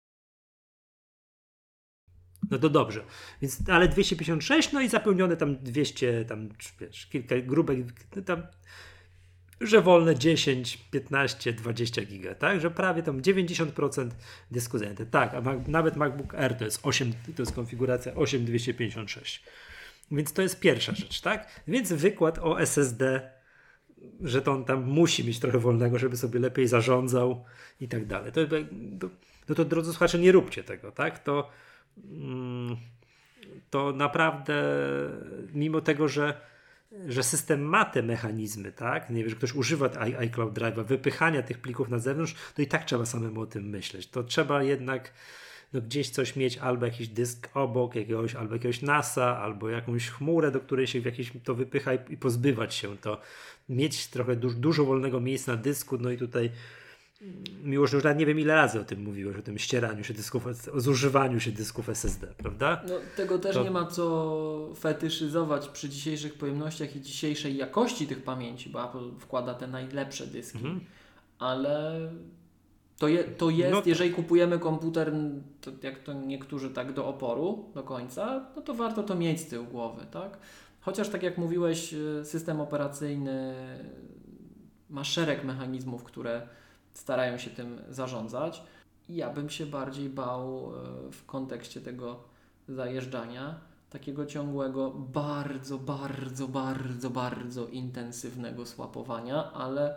No to dobrze, więc, ale dwieście pięćdziesiąt sześć, no i zapełnione tam dwieście, tam wiesz, kilka grubek, tam... że wolne dziesięć, piętnaście, dwadzieścia giga, tak? Że prawie tam dziewięćdziesiąt procent dysku zajęte. Tak, a ma, nawet MacBook Air to jest osiem, to jest konfiguracja osiem dwieście pięćdziesiąt sześć. Więc to jest pierwsza rzecz, tak? Więc wykład o S S D, że to on tam musi mieć trochę wolnego, żeby sobie lepiej zarządzał i tak dalej. To, to, no to drodzy słuchacze, nie róbcie tego, tak? To, mm, to naprawdę mimo tego, że, że system ma te mechanizmy, tak? Nie wiem, że ktoś używa iCloud Drive'a, wypychania tych plików na zewnątrz, to i tak trzeba samemu o tym myśleć. To trzeba jednak no gdzieś coś mieć, albo jakiś dysk obok jakiegoś, albo jakiegoś NASA, albo jakąś chmurę, do której się w jakieś to wypycha i, i pozbywać się to. Mieć trochę du- dużo wolnego miejsca na dysku, no i tutaj mimo, że już nie wiem ile razy o tym mówiłeś, o tym ścieraniu się dysków, o zużywaniu się dysków S S D, prawda? No, tego też to... nie ma co fetyszyzować przy dzisiejszych pojemnościach i dzisiejszej jakości tych pamięci, bo Apple wkłada te najlepsze dyski, mhm. ale to, je, to jest, no to... jeżeli kupujemy komputer, to jak to niektórzy tak do oporu, do końca, no to warto to mieć z tyłu głowy, tak? Chociaż tak jak mówiłeś, system operacyjny ma szereg mechanizmów, które starają się tym zarządzać. Ja bym się bardziej bał w kontekście tego zajeżdżania, takiego ciągłego, bardzo, bardzo, bardzo, bardzo intensywnego swapowania, ale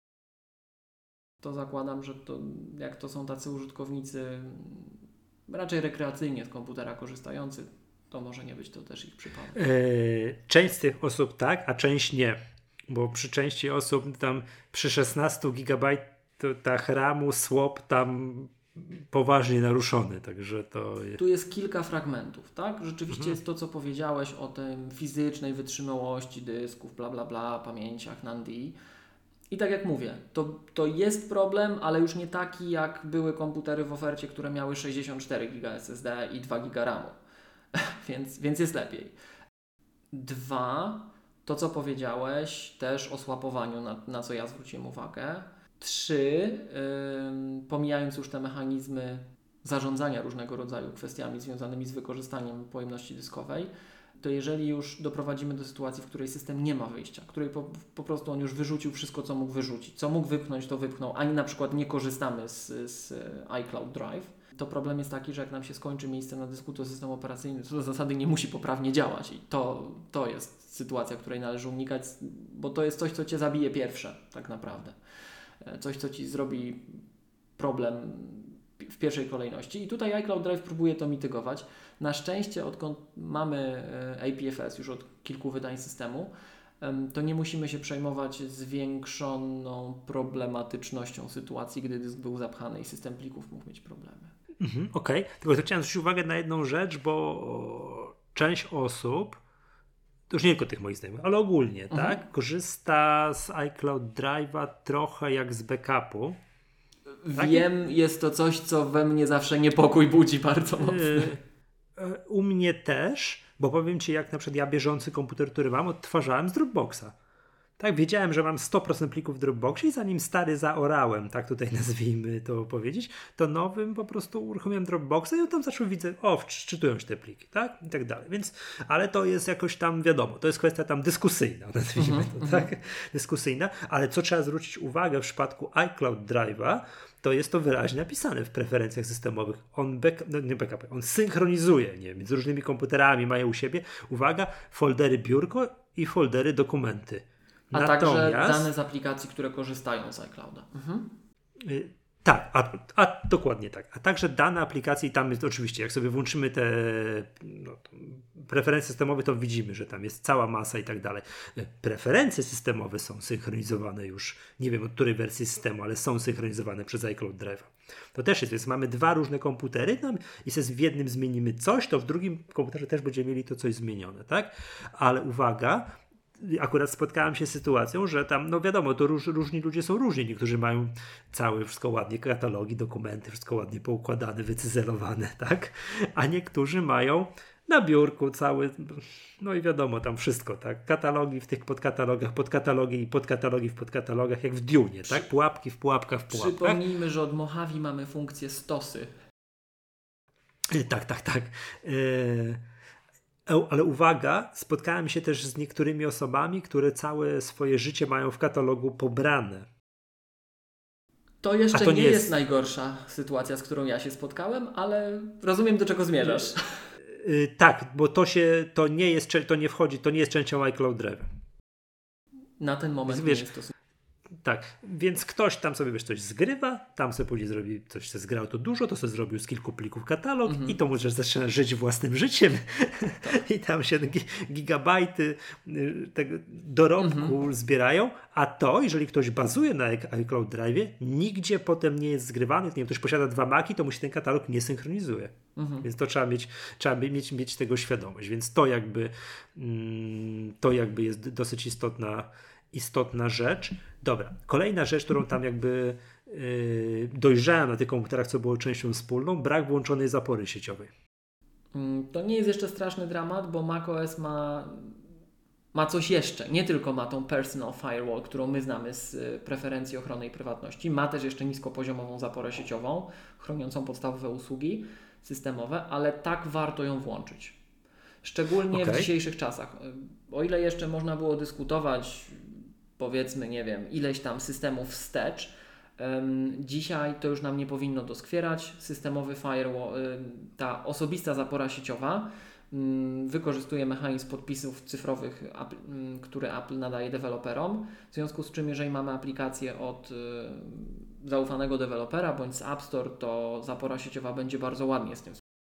to zakładam, że to jak to są tacy użytkownicy raczej rekreacyjnie z komputera korzystający, to może nie być to też ich przypadek. Yy, część z tych osób tak, a część nie. Bo przy części osób tam przy szesnaście gigabajtach ramu swap tam poważnie naruszony, także to... Tu jest kilka fragmentów, tak? Rzeczywiście mhm. jest to, co powiedziałeś o tym fizycznej wytrzymałości dysków, bla bla bla, pamięciach, NAND. I tak jak mówię, to, to jest problem, ale już nie taki, jak były komputery w ofercie, które miały sześćdziesiąt cztery giga S S D i dwa giga ramu. więc, więc jest lepiej. Dwa, to co powiedziałeś też o swapowaniu, na, na co ja zwróciłem uwagę. Trzy, yy, pomijając już te mechanizmy zarządzania różnego rodzaju kwestiami związanymi z wykorzystaniem pojemności dyskowej, to jeżeli już doprowadzimy do sytuacji, w której system nie ma wyjścia, w której po, po prostu on już wyrzucił wszystko, co mógł wyrzucić, co mógł wypchnąć, to wypchnął, ani na przykład nie korzystamy z, z iCloud Drive, to problem jest taki, że jak nam się skończy miejsce na dysku, to system operacyjny co do zasady nie musi poprawnie działać i to, to jest sytuacja, której należy unikać, bo to jest coś, co Cię zabije pierwsze tak naprawdę. Coś, co Ci zrobi problem w pierwszej kolejności i tutaj iCloud Drive próbuje to mitygować. Na szczęście, odkąd mamy A P F S już od kilku wydań systemu, to nie musimy się przejmować zwiększoną problematycznością sytuacji, gdy dysk był zapchany i system plików mógł mieć problemy. Mhm, Okej, okay. Tylko chciałem zwrócić uwagę na jedną rzecz, bo część osób, to już nie tylko tych moich znajomych, ale ogólnie, mhm. tak, korzysta z iCloud Drive'a trochę jak z backupu. Wiem, tak? Jest to coś, co we mnie zawsze niepokój budzi bardzo mocny. U mnie też, bo powiem Ci, jak na przykład ja bieżący komputer, który mam, odtwarzałem z Dropboxa. Tak, wiedziałem, że mam sto procent plików w Dropboxie i zanim stary zaorałem, tak tutaj nazwijmy to powiedzieć, to nowym po prostu uruchomiłem Dropboxa i tam zaczął widzę, o, wczytują się te pliki, tak? I tak dalej. Więc, ale to jest jakoś tam wiadomo, to jest kwestia tam dyskusyjna, nazwijmy to, mm-hmm. tak? Dyskusyjna, ale co trzeba zwrócić uwagę w przypadku iCloud Drive'a, to jest to wyraźnie napisane w preferencjach systemowych. On, back, no nie backup, on synchronizuje, nie wiem, między różnymi komputerami, mają u siebie, uwaga, foldery biurko i foldery dokumenty. A Natomiast, także dane z aplikacji, które korzystają z iClouda. Mhm. Y, tak, a, a dokładnie tak. A także dane aplikacji, tam jest oczywiście, jak sobie włączymy te no, preferencje systemowe, to widzimy, że tam jest cała masa i tak dalej. Preferencje systemowe są synchronizowane już, nie wiem od której wersji systemu, ale są synchronizowane przez iCloud Drive. To też jest, więc mamy dwa różne komputery tam i sobie w jednym zmienimy coś, to w drugim komputerze też będziemy mieli to coś zmienione, tak? Ale uwaga, akurat spotkałem się z sytuacją, że tam, no wiadomo, to róż, różni ludzie są różni. Niektórzy mają całe wszystko ładnie, katalogi, dokumenty, wszystko ładnie poukładane, wycyzelowane, tak? A niektórzy mają na biurku cały, no i wiadomo, tam wszystko, tak? Katalogi w tych podkatalogach, podkatalogi i podkatalogi w podkatalogach, jak w Dunie, tak? Pułapki w pułapkach w pułapkach. Przypomnijmy, że od Mojave mamy funkcję stosy. Tak, tak, tak. Yy... Ale uwaga, spotkałem się też z niektórymi osobami, które całe swoje życie mają w katalogu pobrane. To jeszcze to nie nie jest... jest najgorsza sytuacja, z którą ja się spotkałem, ale rozumiem, do czego zmierzasz. Yy, tak, bo to się, to nie jest, to nie wchodzi, to nie jest częścią iCloud Drive. Na ten moment Więc, wiesz, nie jest to. Tak, więc ktoś tam sobie wiesz, coś zgrywa, tam sobie później zrobi, coś się zgrał to dużo, to sobie zrobił z kilku plików katalog Mhm. i to możesz zaczyna żyć własnym życiem i tam się gi- gigabajty y, tego dorobku Mhm. zbierają, a to, jeżeli ktoś bazuje na iCloud Drive, nigdzie potem nie jest zgrywany, nie wiem, ktoś posiada dwa Maki, to mu się ten katalog nie synchronizuje. Mhm. Więc to trzeba mieć, trzeba mieć, mieć tego świadomość, więc to jakby mm, to jakby jest dosyć istotna istotna rzecz. Dobra, kolejna rzecz, którą tam jakby yy, dojrzałem na tych komputerach, co było częścią wspólną, brak włączonej zapory sieciowej. To nie jest jeszcze straszny dramat, bo macOS ma, ma coś jeszcze. Nie tylko ma tą personal firewall, którą my znamy z preferencji ochrony i prywatności, ma też jeszcze niskopoziomową zaporę sieciową, chroniącą podstawowe usługi systemowe, ale tak warto ją włączyć. Szczególnie okay. w dzisiejszych czasach. O ile jeszcze można było dyskutować, powiedzmy, nie wiem, ileś tam systemów wstecz, um, dzisiaj to już nam nie powinno doskwierać. Systemowy firewall, um, ta osobista zapora sieciowa um, wykorzystuje mechanizm podpisów cyfrowych, Apple, um, który Apple nadaje deweloperom, w związku z czym jeżeli mamy aplikację od um, zaufanego dewelopera bądź z App Store, to zapora sieciowa będzie bardzo ładnie z tym.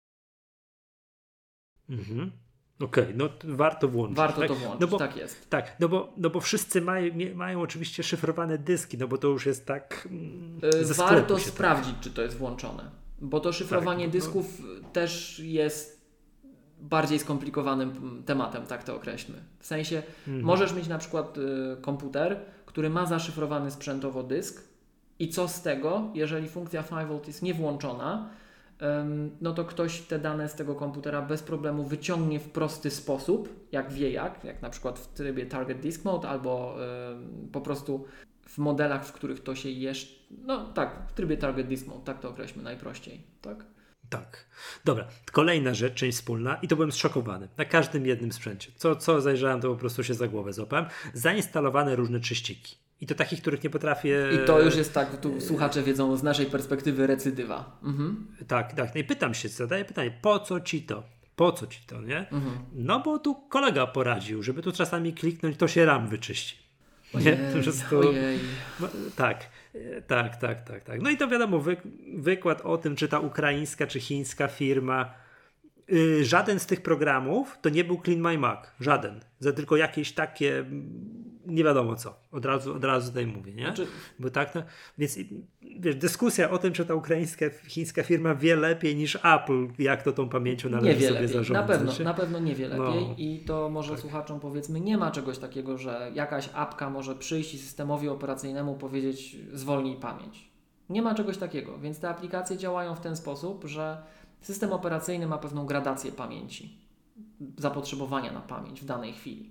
Mhm. Okej, okay, no warto włączyć. Warto tak? to włączyć, no bo, tak jest. Tak, no bo, no bo wszyscy mają, mają oczywiście szyfrowane dyski, no bo to już jest tak yy, Warto się sprawdzić, tak. czy to jest włączone, bo to szyfrowanie tak, dysków no. też jest bardziej skomplikowanym tematem, tak to określmy. W sensie mhm. możesz mieć na przykład y, komputer, który ma zaszyfrowany sprzętowo dysk i co z tego, jeżeli funkcja five volt jest niewłączona, no to ktoś te dane z tego komputera bez problemu wyciągnie w prosty sposób, jak wie jak, jak na przykład w trybie Target Disk Mode albo y, po prostu w modelach, w których to się jeszcze, no tak, w trybie Target Disk Mode, tak to określmy najprościej, tak? Tak. Dobra, kolejna rzecz, część wspólna i to byłem zszokowany na każdym jednym sprzęcie. Co, co zajrzałem, to po prostu się za głowę złapałem. Zainstalowane różne czyściki. I to takich, których nie potrafię... I to już jest tak, tu słuchacze wiedzą z naszej perspektywy recydywa. Mhm. Tak, tak. No i pytam się, zadaję pytanie, po co ci to? Po co ci to, nie? Mhm. No bo tu kolega poradził, żeby tu czasami kliknąć, to się RAM wyczyści. Ojej, nie? To prostu... ojej. Tak, tak, tak, tak, tak. No i to wiadomo, wy, wykład o tym, czy ta ukraińska, czy chińska firma, yy, żaden z tych programów to nie był Clean My Mac. Żaden. Za tylko jakieś takie... nie wiadomo co. Od razu, od razu tutaj mówię, nie? Znaczy... Bo tak, no, więc wiesz, dyskusja o tym, czy ta ukraińska, chińska firma wie lepiej niż Apple, jak to tą pamięcią należy nie wie sobie lepiej. zarządzać. Na pewno, na pewno nie wie lepiej no, i to może tak. słuchaczom powiedzmy, nie ma czegoś takiego, że jakaś apka może przyjść i systemowi operacyjnemu powiedzieć zwolnij pamięć. Nie ma czegoś takiego, więc te aplikacje działają w ten sposób, że system operacyjny ma pewną gradację pamięci, zapotrzebowania na pamięć w danej chwili.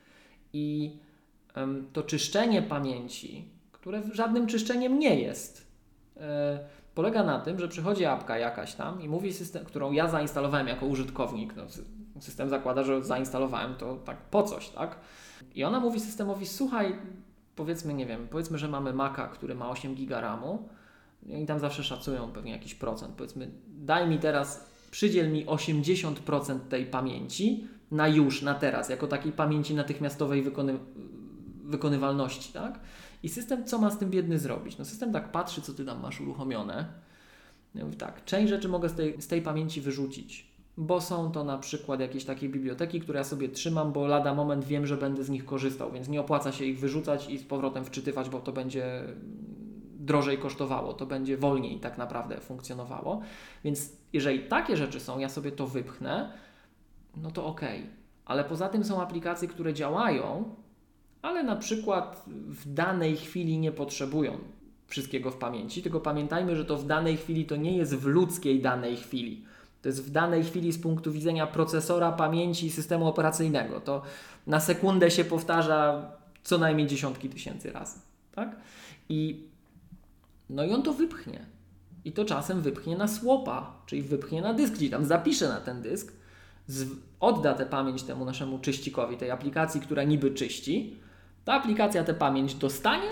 I to czyszczenie pamięci, które żadnym czyszczeniem nie jest, yy, polega na tym, że przychodzi apka jakaś tam i mówi system, którą ja zainstalowałem jako użytkownik. No, system zakłada, że zainstalowałem to tak po coś, tak? I ona mówi systemowi, słuchaj, powiedzmy, nie wiem, powiedzmy, że mamy Maca, który ma osiem giga ramu i tam zawsze szacują pewnie jakiś procent. Powiedzmy, daj mi teraz, przydziel mi osiemdziesiąt procent tej pamięci na już, na teraz, jako takiej pamięci natychmiastowej wykony wykonywalności, tak? I system, co ma z tym biedny zrobić? No system tak patrzy, co ty tam masz uruchomione. Ja mówię tak, część rzeczy mogę z tej, z tej pamięci wyrzucić, bo są to na przykład jakieś takie biblioteki, które ja sobie trzymam, bo lada moment wiem, że będę z nich korzystał, więc nie opłaca się ich wyrzucać i z powrotem wczytywać, bo to będzie drożej kosztowało, to będzie wolniej tak naprawdę funkcjonowało. Więc jeżeli takie rzeczy są, ja sobie to wypchnę, no to okej. Okay. Ale poza tym są aplikacje, które działają, ale na przykład w danej chwili nie potrzebują wszystkiego w pamięci, tylko pamiętajmy, że to w danej chwili to nie jest w ludzkiej danej chwili. To jest w danej chwili z punktu widzenia procesora, pamięci i systemu operacyjnego. To na sekundę się powtarza co najmniej dziesiątki tysięcy razy. Tak? I, no i on to wypchnie. I to czasem wypchnie na słopa, czyli wypchnie na dysk, czyli tam zapisze na ten dysk, z, odda tę pamięć temu naszemu czyścikowi, tej aplikacji, która niby czyści, ta aplikacja tę pamięć dostanie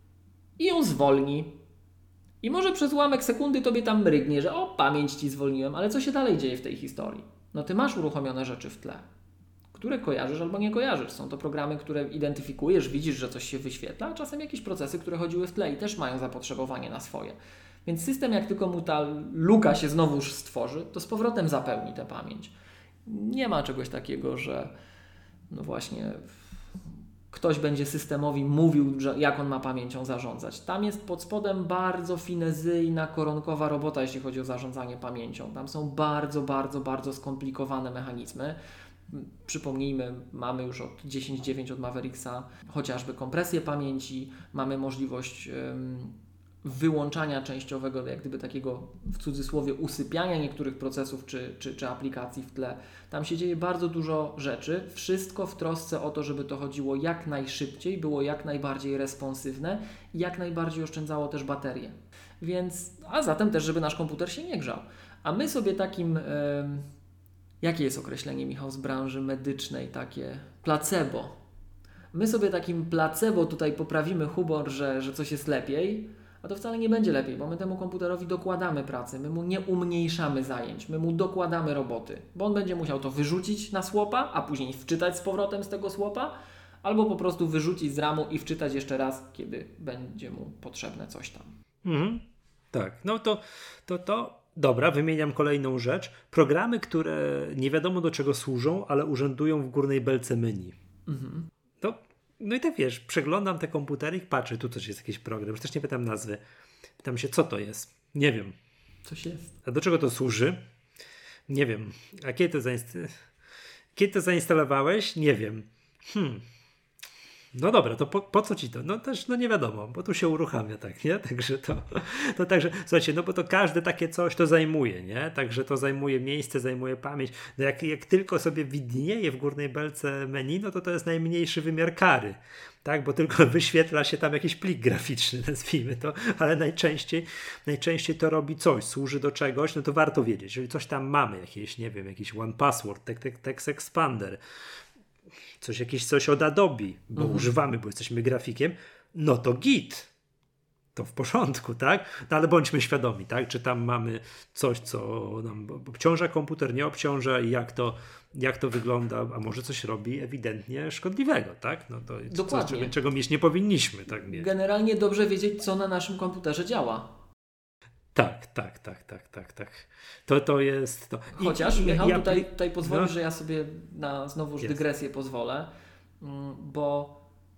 i ją zwolni. I może przez ułamek sekundy tobie tam mrygnie, że o, pamięć ci zwolniłem, ale co się dalej dzieje w tej historii? No ty masz uruchomione rzeczy w tle, które kojarzysz albo nie kojarzysz. Są to programy, które identyfikujesz, widzisz, że coś się wyświetla, a czasem jakieś procesy, które chodziły w tle i też mają zapotrzebowanie na swoje. Więc system, jak tylko mu ta luka się znowuż stworzy, to z powrotem zapełni tę pamięć. Nie ma czegoś takiego, że no właśnie ktoś będzie systemowi mówił, że jak on ma pamięcią zarządzać. Tam jest pod spodem bardzo finezyjna, koronkowa robota, jeśli chodzi o zarządzanie pamięcią. Tam są bardzo, bardzo, bardzo skomplikowane mechanizmy. Przypomnijmy, mamy już od dziesięć dziewięć od Mavericksa chociażby kompresję pamięci, mamy możliwość ym, wyłączania częściowego, jak gdyby takiego w cudzysłowie usypiania niektórych procesów czy, czy, czy aplikacji w tle. Tam się dzieje bardzo dużo rzeczy, wszystko w trosce o to, żeby to chodziło jak najszybciej, było jak najbardziej responsywne i jak najbardziej oszczędzało też baterię. Więc, a zatem też, żeby nasz komputer się nie grzał. A my sobie takim, yy, jakie jest określenie, Michał, z branży medycznej, takie placebo. My sobie takim placebo tutaj poprawimy humor, że, że coś jest lepiej, a to wcale nie będzie lepiej, bo my temu komputerowi dokładamy pracy, my mu nie umniejszamy zajęć, my mu dokładamy roboty, bo on będzie musiał to wyrzucić na słopa, a później wczytać z powrotem z tego słopa, albo po prostu wyrzucić z ramu i wczytać jeszcze raz, kiedy będzie mu potrzebne coś tam. Mhm. Tak, no to, to, to dobra, wymieniam kolejną rzecz. Programy, które nie wiadomo do czego służą, ale urzędują w górnej belce menu. Mhm. To No i tak wiesz, przeglądam te komputery i patrzę, tu coś jest jakiś program, już też nie pytam nazwy. Pytam się, co to jest? Nie wiem. Coś jest. A do czego to służy? Nie wiem. A kiedy to, zainst- kiedy to zainstalowałeś? Nie wiem. Hmm. No dobra, to po, po co ci to? No też no nie wiadomo, bo tu się uruchamia, tak, nie? Także to, to także, słuchajcie, no bo to każde takie coś to zajmuje, nie? Także to zajmuje miejsce, zajmuje pamięć. No jak, jak tylko sobie widnieje w górnej belce menu, no to to jest najmniejszy wymiar kary, tak? Bo tylko wyświetla się tam jakiś plik graficzny, nazwijmy to, ale najczęściej, najczęściej to robi coś, służy do czegoś, no to warto wiedzieć, jeżeli coś tam mamy, jakieś, nie wiem, jakiś one password, text expander, coś jakieś coś od Adobe, bo mhm. używamy, bo jesteśmy grafikiem, no to git. To w porządku, tak? No ale bądźmy świadomi, tak? Czy tam mamy coś, co nam obciąża komputer, nie obciąża i jak to, jak to wygląda, a może coś robi ewidentnie szkodliwego, tak? No to dokładnie. Coś, czego mieć nie powinniśmy, tak mieć. Generalnie dobrze wiedzieć, co na naszym komputerze działa. Tak, tak, tak, tak, tak, tak. To, to jest to. I, Chociaż, i, Michał, ja, tutaj, tutaj pozwolisz, no. że ja sobie na znowuż Jest. dygresję pozwolę, bo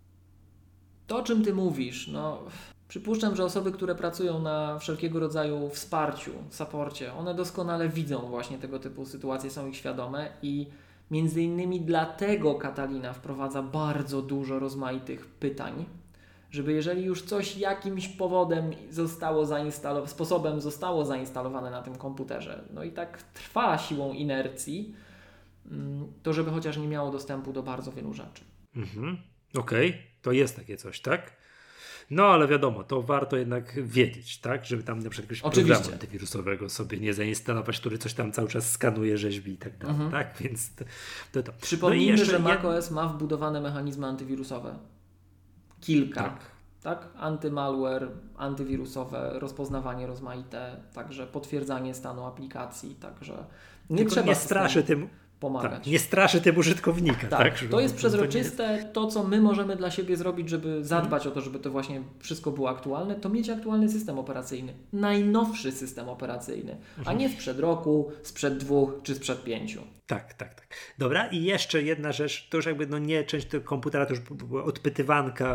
to, o czym ty mówisz, no przypuszczam, że osoby, które pracują na wszelkiego rodzaju wsparciu, supporcie, one doskonale widzą właśnie tego typu sytuacje, są ich świadome i między innymi dlatego Catalina wprowadza bardzo dużo rozmaitych pytań, żeby jeżeli już coś jakimś powodem zostało zainstalowane, sposobem zostało zainstalowane na tym komputerze, no i tak trwa siłą inercji, to żeby chociaż nie miało dostępu do bardzo wielu rzeczy. Mhm. Okej, okay. To jest takie coś, tak? No ale wiadomo, to warto jednak wiedzieć, tak? Żeby tam na przykład jakiegoś programu antywirusowego sobie nie zainstalować, który coś tam cały czas skanuje, rzeźbi i tak dalej, mhm. tak? Więc to to. to. Przypomnijmy, no że macOS jed... ma wbudowane mechanizmy antywirusowe. Kilka. Tak. tak? Antymalware, antywirusowe, rozpoznawanie rozmaite, także potwierdzanie stanu aplikacji, także nie Tylko trzeba nie straszy tym pomagać. Tak, nie straszy tym użytkownika. Tak, tak? to jest przezroczyste. To, nie... to, co my możemy dla siebie zrobić, żeby zadbać hmm. o to, żeby to właśnie wszystko było aktualne, to mieć aktualny system operacyjny. Najnowszy system operacyjny, hmm. a nie sprzed roku, sprzed dwóch czy sprzed pięciu. Tak, tak, tak. Dobra, i jeszcze jedna rzecz, to już jakby no nie część tego komputera, to już była odpytywanka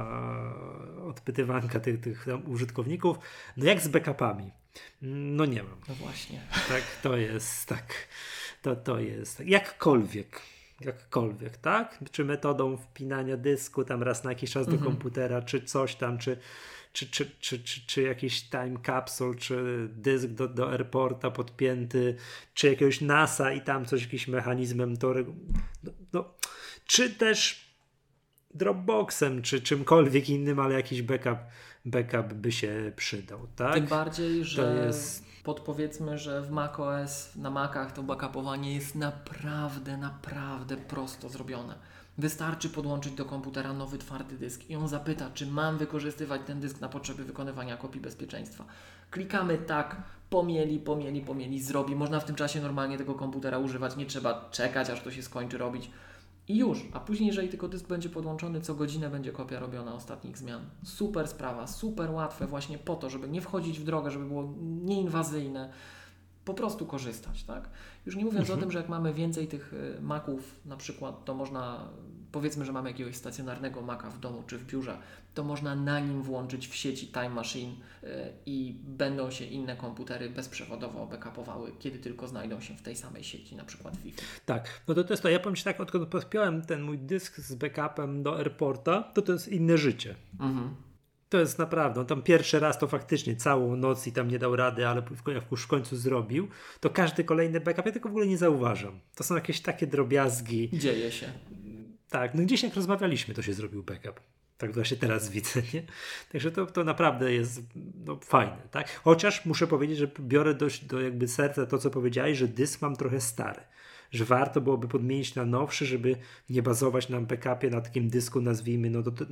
odpytywanka tych, tych tam użytkowników. No jak z backupami? No nie mam. No właśnie. Tak, to jest tak. To, to jest tak. Jakkolwiek. Jakkolwiek, tak? Czy metodą wpinania dysku tam raz na jakiś czas mhm. do komputera, czy coś tam, czy Czy, czy, czy, czy, czy jakiś time capsule, czy dysk do, do airporta podpięty, czy jakiegoś NASA i tam coś, jakimś mechanizmem to, no, no, czy też Dropboxem, czy czymkolwiek innym, ale jakiś backup, backup by się przydał, tak? Tym bardziej, że jest... podpowiedzmy, że w macOS, na Macach to backupowanie jest naprawdę, naprawdę prosto zrobione. Wystarczy podłączyć do komputera nowy twardy dysk i on zapyta, czy mam wykorzystywać ten dysk na potrzeby wykonywania kopii bezpieczeństwa. Klikamy tak, pomieli, pomieli, pomieli, zrobi. Można w tym czasie normalnie tego komputera używać, nie trzeba czekać, aż to się skończy robić. I już, a później, jeżeli tylko dysk będzie podłączony, co godzinę będzie kopia robiona ostatnich zmian. Super sprawa, super łatwe właśnie po to, żeby nie wchodzić w drogę, żeby było nieinwazyjne, po prostu korzystać, tak? Już nie mówiąc mhm. o tym, że jak mamy więcej tych Maców na przykład, to można, powiedzmy, że mamy jakiegoś stacjonarnego Maca w domu czy w biurze, to można na nim włączyć w sieci Time Machine yy, i będą się inne komputery bezprzewodowo backupowały, kiedy tylko znajdą się w tej samej sieci, na przykład Wi-Fi. Tak, no to to jest to. Ja powiem Ci tak, odkąd podpiąłem ten mój dysk z backupem do AirPorta, to to jest inne życie. Mhm. To jest naprawdę, on tam pierwszy raz to faktycznie całą noc i tam nie dał rady, ale jak już w końcu zrobił, to każdy kolejny backup ja tego w ogóle nie zauważam. To są jakieś takie drobiazgi. Dzieje się. Tak, no gdzieś jak rozmawialiśmy, to się zrobił backup. Tak właśnie teraz widzę, nie? Także to, to naprawdę jest no, fajne, tak? Chociaż muszę powiedzieć, że biorę dość do jakby serca to, co powiedziałeś, że dysk mam trochę stary. Że warto byłoby podmienić na nowszy, żeby nie bazować na backupie, na takim dysku, nazwijmy, no to... to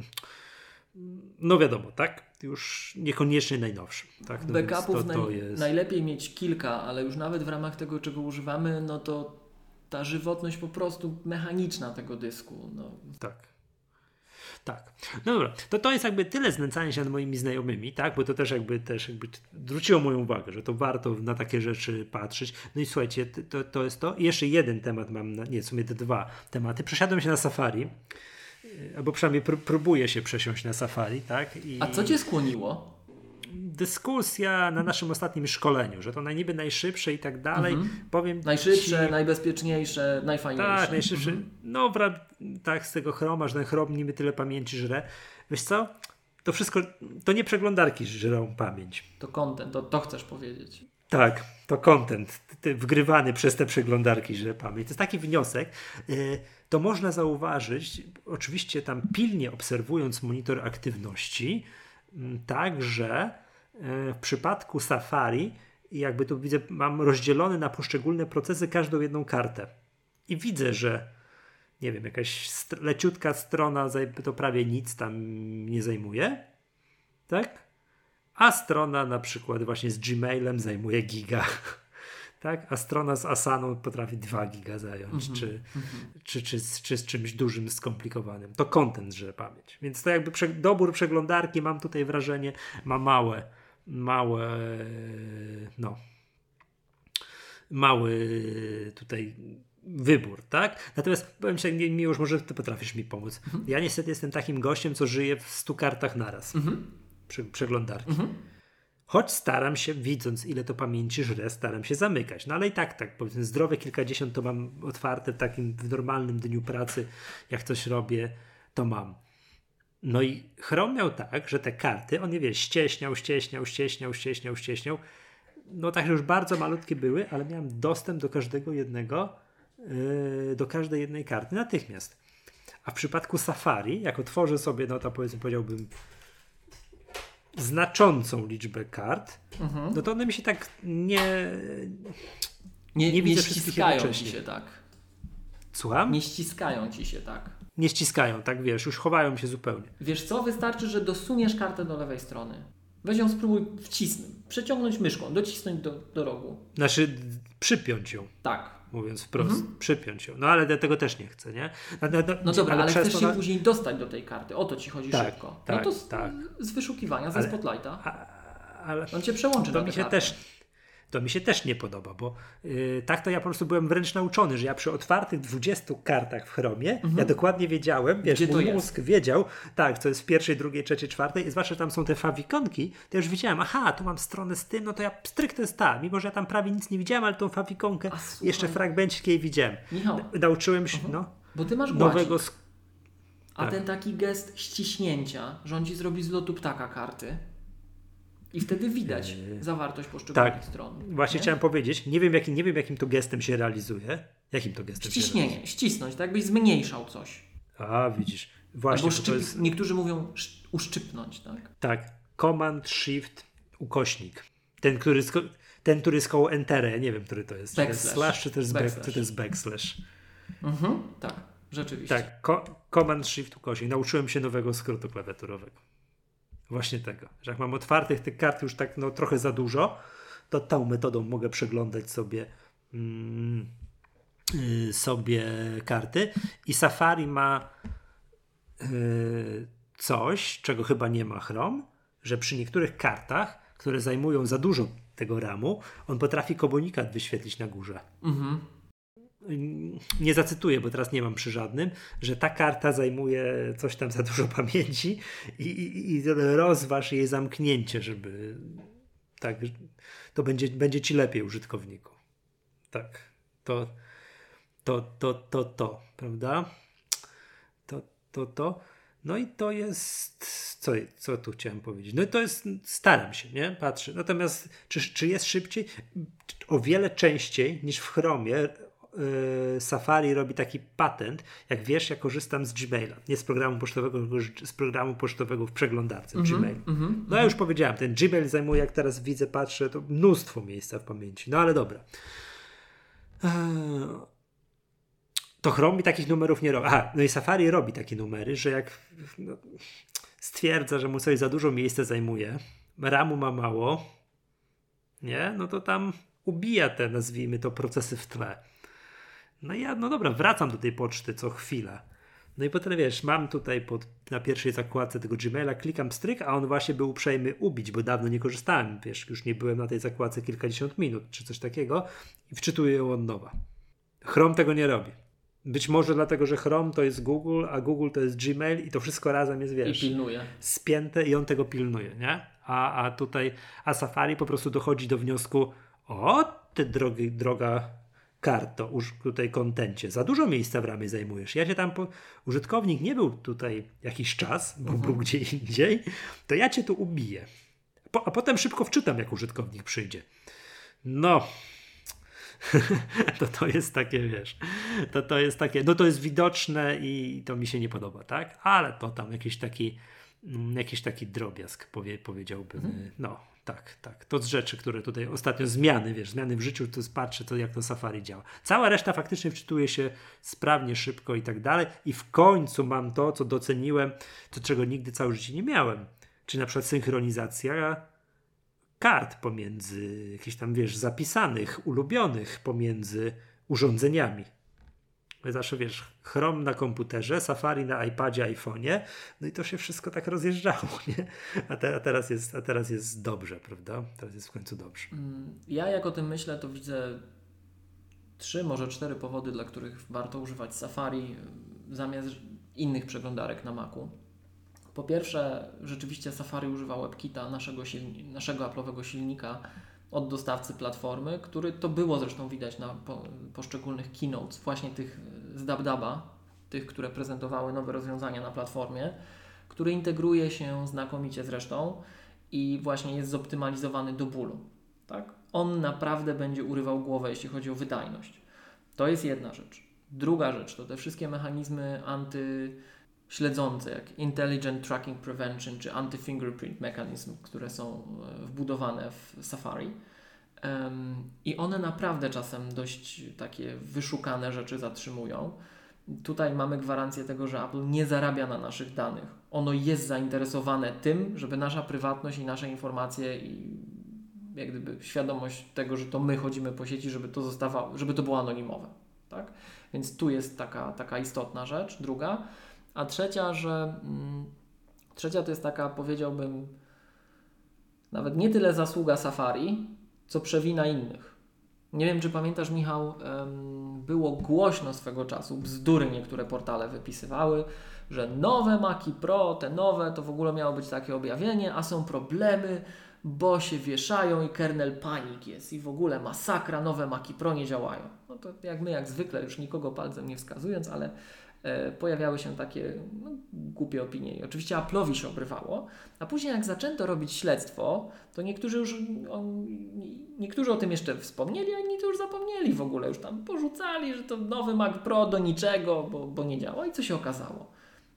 no wiadomo, tak? Już niekoniecznie najnowszy. Tak? No Backupów to, to naj, jest... najlepiej mieć kilka, ale już nawet w ramach tego, czego używamy, no to ta żywotność po prostu mechaniczna tego dysku. No. Tak. Tak. No dobra, to to jest jakby tyle znęcania się nad moimi znajomymi, tak? Bo to też jakby też jakby zwróciło moją uwagę, że to warto na takie rzeczy patrzeć. No i słuchajcie, to, to jest to. I jeszcze jeden temat mam, na, nie, w sumie te dwa tematy. Przesiadłem się na Safari. Albo przynajmniej pró- próbuję się przesiąść na Safari, tak? I a co Cię skłoniło? Dyskusja na naszym ostatnim szkoleniu, że to na niby najszybsze i tak dalej. Mhm. Powiem najszybsze, ci... najbezpieczniejsze, najfajniejsze. Tak, najszybsze. Mhm. No, wra... tak, z tego Chroma, że ten Chrome niby tyle pamięci żre. Wiesz co? To wszystko, to nie przeglądarki żrą pamięć. To content, to, to chcesz powiedzieć. Tak, to content wgrywany przez te przeglądarki żre pamięć. To jest taki wniosek. Yy, to można zauważyć, oczywiście tam pilnie obserwując monitor aktywności, tak, że w przypadku Safari jakby tu widzę, mam rozdzielone na poszczególne procesy każdą jedną kartę i widzę, że nie wiem, jakaś st- leciutka strona to prawie nic tam nie zajmuje, tak? A strona na przykład właśnie z Gmailem zajmuje giga. Tak? A strona z Asaną potrafi dwa giga zająć, mm-hmm. czy, mm-hmm. Czy, czy, czy, czy z czymś dużym, skomplikowanym. To content żre pamięć. Więc to jakby prze, dobór przeglądarki, mam tutaj wrażenie, ma małe, małe, no, mały tutaj wybór, tak? Natomiast powiem Ci, Miłosz, może Ty potrafisz mi pomóc. Mm-hmm. Ja niestety jestem takim gościem, co żyje w stu kartach naraz. Mm-hmm. Przy, przeglądarki. Mm-hmm. Choć staram się, widząc ile to pamięci żre, staram się zamykać. No ale i tak, tak, powiedzmy zdrowe kilkadziesiąt to mam otwarte w takim w normalnym dniu pracy, jak coś robię, to mam. No i Chrome miał tak, że te karty, on je wie, ścieśniał, ścieśniał, ścieśniał, ścieśniał, ścieśniał. No tak, że już bardzo malutkie były, ale miałem dostęp do każdego jednego, yy, do każdej jednej karty natychmiast. A w przypadku Safari, jak otworzę sobie, no to powiedzmy powiedziałbym znaczącą liczbę kart, mhm. no to one mi się tak nie nie, nie widzę nie ściskają ci się tak. Słucham? Nie ściskają ci się tak. Nie ściskają, tak wiesz, już chowają się zupełnie. Wiesz co, wystarczy, że dosuniesz kartę do lewej strony. Weź ją, spróbuj wcisnąć, przeciągnąć myszką, docisnąć do, do rogu. Znaczy przypiąć ją. Tak. Mówiąc wprost, mhm. przypiąć ją. No ale tego też nie chcę, nie? No, no, no, no dobra, ale, ale chcesz się na... później dostać do tej karty. O to ci chodzi tak, szybko. Tak, no to z, tak. z wyszukiwania, ale, ze Spotlighta. A, ale on cię przełączy to na mi się kartę. też To mi się też nie podoba, bo yy, tak to ja po prostu byłem wręcz nauczony, że ja przy otwartych dwudziestu kartach w Chromie, mhm. ja dokładnie wiedziałem, wiesz, gdzie mój mózg wiedział, tak, co jest w pierwszej, drugiej, trzeciej, czwartej, i zwłaszcza, że tam są te fawikonki, to już wiedziałem, aha, tu mam stronę z tym, no to ja pstryk to jest ta, mimo że ja tam prawie nic nie widziałem, ale tą fawikonkę, A, jeszcze fragmencik jej widziałem. Michał, nauczyłem się, uh-huh. no, bo ty masz nowego... Sk- A tak. ten taki gest ściśnięcia, że on ci zrobi z lotu ptaka karty. I wtedy widać yy. zawartość poszczególnych tak. stron. Właśnie nie? chciałem powiedzieć, nie wiem, jakim, nie wiem jakim to gestem się realizuje. Jakim to gestem Ściśnienie, się realizuje? ścisnąć, tak jakbyś zmniejszał coś. A, widzisz. Właśnie. Albo szczyp, to jest... niektórzy mówią sz- uszczypnąć, tak? Tak. Command Shift ukośnik. Ten, który, sko- ten, który jest koło Entera. Ja nie wiem, który to jest. Czy to jest slash, czy to jest, back, czy to jest backslash. Mhm, tak, rzeczywiście. Tak, ko- Command Shift ukośnik. Nauczyłem się nowego skrótu klawiaturowego. Właśnie tego, że jak mam otwartych tych kart już tak no, trochę za dużo, to tą metodą mogę przeglądać sobie mm, yy, sobie karty. I Safari ma yy, coś, czego chyba nie ma Chrome, że przy niektórych kartach, które zajmują za dużo tego ramu, on potrafi komunikat wyświetlić na górze. Mhm. Nie zacytuję, bo teraz nie mam przy żadnym, że ta karta zajmuje coś tam za dużo pamięci i, i, i rozważ jej zamknięcie, żeby tak, to będzie, będzie ci lepiej, użytkowniku. Tak, to to, to, to, to, prawda? To, to, to. No i to jest, co, co tu chciałem powiedzieć? No i to jest, staram się, nie? Patrzę. Natomiast czy, czy jest szybciej? O wiele częściej niż w Chromie Safari robi taki patent, jak wiesz, ja korzystam z Gmaila, nie z programu pocztowego, tylko z programu pocztowego w przeglądarce mm-hmm, Gmail. Mm-hmm, no ja już powiedziałem, ten Gmail zajmuje, jak teraz widzę, patrzę, to mnóstwo miejsca w pamięci, no ale dobra. To Chrome mi takich numerów nie robi. Aha, no i Safari robi takie numery, że jak no, stwierdza, że mu coś za dużo miejsca zajmuje, ramu ma mało, nie? No to tam ubija te, nazwijmy to, procesy w tle. No i ja, no dobra, wracam do tej poczty co chwilę. No i potem wiesz, mam tutaj pod, na pierwszej zakładce tego Gmaila, klikam stryk, a on właśnie był uprzejmy ubić, bo dawno nie korzystałem, wiesz, już nie byłem na tej zakładce kilkadziesiąt minut, czy coś takiego i wczytuję ją od nowa. Chrome tego nie robi. Być może dlatego, że Chrome to jest Google, a Google to jest Gmail i to wszystko razem jest, wiesz, I pilnuje. spięte i on tego pilnuje, nie? A, a tutaj, a Safari po prostu dochodzi do wniosku, o, ty drogi, droga karto, już tutaj kontencie, za dużo miejsca w ramie zajmujesz. Ja cię tam, po... użytkownik nie był tutaj jakiś czas, bo mhm. był gdzie indziej, to ja cię tu ubiję. Po, a potem szybko wczytam, jak użytkownik przyjdzie. No, to to jest takie, wiesz, to to jest takie, no to jest widoczne i to mi się nie podoba, tak? Ale to tam jakiś taki, jakiś taki drobiazg, powie, powiedziałbym, mhm. no. Tak, tak. To z rzeczy, które tutaj ostatnio zmiany, wiesz, zmiany w życiu, to patrzę, to jak to Safari działa. Cała reszta faktycznie wczytuje się sprawnie, szybko i tak dalej. I w końcu mam to, co doceniłem, to czego nigdy całe życie nie miałem. Czyli na przykład synchronizacja kart pomiędzy, jakichś tam, wiesz, zapisanych, ulubionych pomiędzy urządzeniami. Zawsze, wiesz, Chrome na komputerze, Safari na iPadzie, iPhone'ie, no i to się wszystko tak rozjeżdżało, nie? A, te, a, teraz jest, a teraz jest dobrze, prawda? Teraz jest w końcu dobrze. Ja jak o tym myślę, to widzę trzy, może cztery powody, dla których warto używać Safari zamiast innych przeglądarek na Macu. Po pierwsze, rzeczywiście Safari używa WebKita, naszego, silni- naszego Apple'owego silnika, od dostawcy platformy, który to było zresztą widać na po, poszczególnych keynotes, właśnie tych z DabDaba, tych, które prezentowały nowe rozwiązania na platformie, który integruje się znakomicie zresztą i właśnie jest zoptymalizowany do bólu. Tak? On naprawdę będzie urywał głowę, jeśli chodzi o wydajność. To jest jedna rzecz. Druga rzecz to te wszystkie mechanizmy antyśledzące, jak Intelligent Tracking Prevention czy Anti-Fingerprint Mechanism, które są wbudowane w Safari. Um, I one naprawdę czasem dość takie wyszukane rzeczy zatrzymują. Tutaj mamy gwarancję tego, że Apple nie zarabia na naszych danych. Ono jest zainteresowane tym, żeby nasza prywatność i nasze informacje i jak gdyby świadomość tego, że to my chodzimy po sieci, żeby to zostawało, żeby to było anonimowe. Tak? Więc tu jest taka, taka istotna rzecz. Druga. A trzecia, że mm, trzecia to jest taka, powiedziałbym, nawet nie tyle zasługa Safari, co przewina innych. Nie wiem, czy pamiętasz, Michał, było głośno swego czasu, bzdury niektóre portale wypisywały, że nowe Maci Pro, te nowe, to w ogóle miało być takie objawienie, a są problemy, bo się wieszają i kernel panik jest i w ogóle masakra, nowe Maci Pro nie działają. No to jak my, jak zwykle, już nikogo palcem nie wskazując, ale e, pojawiały się takie no, głupie opinie i oczywiście Apple'owi się obrywało, a później jak zaczęto robić śledztwo, to niektórzy już o, niektórzy o tym jeszcze wspomnieli, a inni to już zapomnieli w ogóle, już tam porzucali, że to nowy Mac Pro do niczego, bo, bo nie działa. I co się okazało?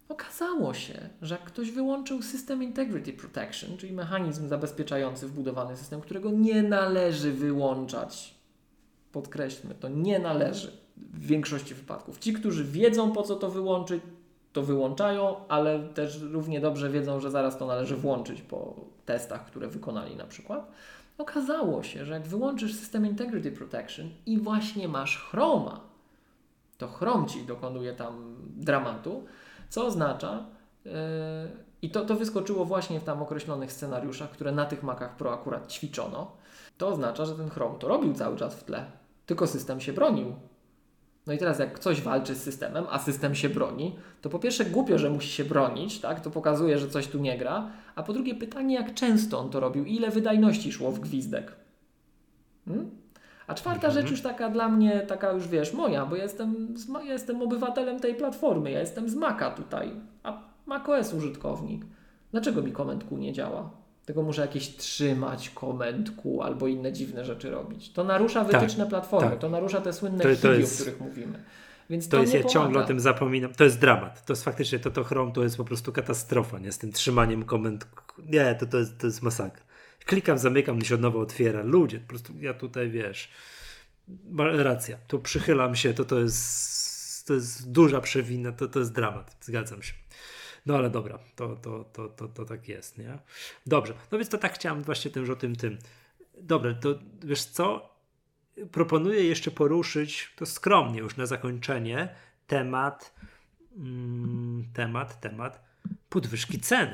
Okazało się, że jak ktoś wyłączył System Integrity Protection, czyli mechanizm zabezpieczający wbudowany system, którego nie należy wyłączać, podkreślmy, to nie należy w większości wypadków. Ci, którzy wiedzą, po co to wyłączyć, to wyłączają, ale też równie dobrze wiedzą, że zaraz to należy włączyć po testach, które wykonali na przykład. Okazało się, że jak wyłączysz System Integrity Protection i właśnie masz Chroma, to Chrome ci dokonuje tam dramatu, co oznacza, yy, i to, to wyskoczyło właśnie w tam określonych scenariuszach, które na tych Macach Pro akurat ćwiczono, to oznacza, że ten Chrome to robił cały czas w tle, tylko system się bronił. No i teraz jak ktoś walczy z systemem, a system się broni, to po pierwsze głupio, że musi się bronić, tak? To pokazuje, że coś tu nie gra, a po drugie pytanie, jak często on to robił, ile wydajności szło w gwizdek. Hmm? A czwarta rzecz już taka dla mnie, taka już wiesz, moja, bo ja jestem, z, ja jestem obywatelem tej platformy, ja jestem z Maca tutaj, a macOS użytkownik. Dlaczego mi Command Q nie działa? Tylko muszę jakieś trzymać Command Q albo inne dziwne rzeczy robić. To narusza wytyczne tak, platformy, tak. to narusza te słynne to, to jest, o których mówimy. Więc to, to jest, ja pomaga. Ciągle o tym zapominam. To jest dramat. To jest faktycznie, to, to Chrome to jest po prostu katastrofa, nie? Z tym trzymaniem Command Q. Nie, to, to, jest, to jest masakra. Klikam, zamykam, się od nowa otwiera. Ludzie, po prostu ja tutaj, wiesz, racja, tu przychylam się, to, to, jest, to jest duża przewina, to, to jest dramat, zgadzam się. No ale dobra, to, to, to, to, to tak jest, nie? Dobrze, no więc to tak chciałem właśnie tym, że o tym, tym. Dobra, to wiesz co? Proponuję jeszcze poruszyć, to skromnie już na zakończenie, temat, mm, temat, temat podwyżki cen.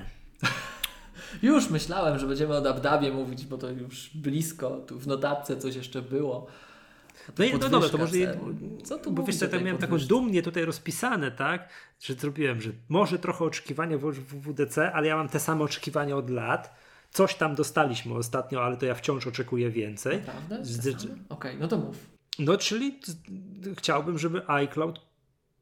Już myślałem, że będziemy o Dabdabie mówić, bo to już blisko, tu w notatce coś jeszcze było. No, no dobra, to może je, co tu bo wiesz co, tak miałem taką dumnie tutaj rozpisane, tak, że zrobiłem, że może trochę oczekiwania w W D C, ale ja mam te same oczekiwania od lat. Coś tam dostaliśmy ostatnio, ale to ja wciąż oczekuję więcej. Naprawdę? Okej, okay, no to mów. No czyli chciałbym, żeby iCloud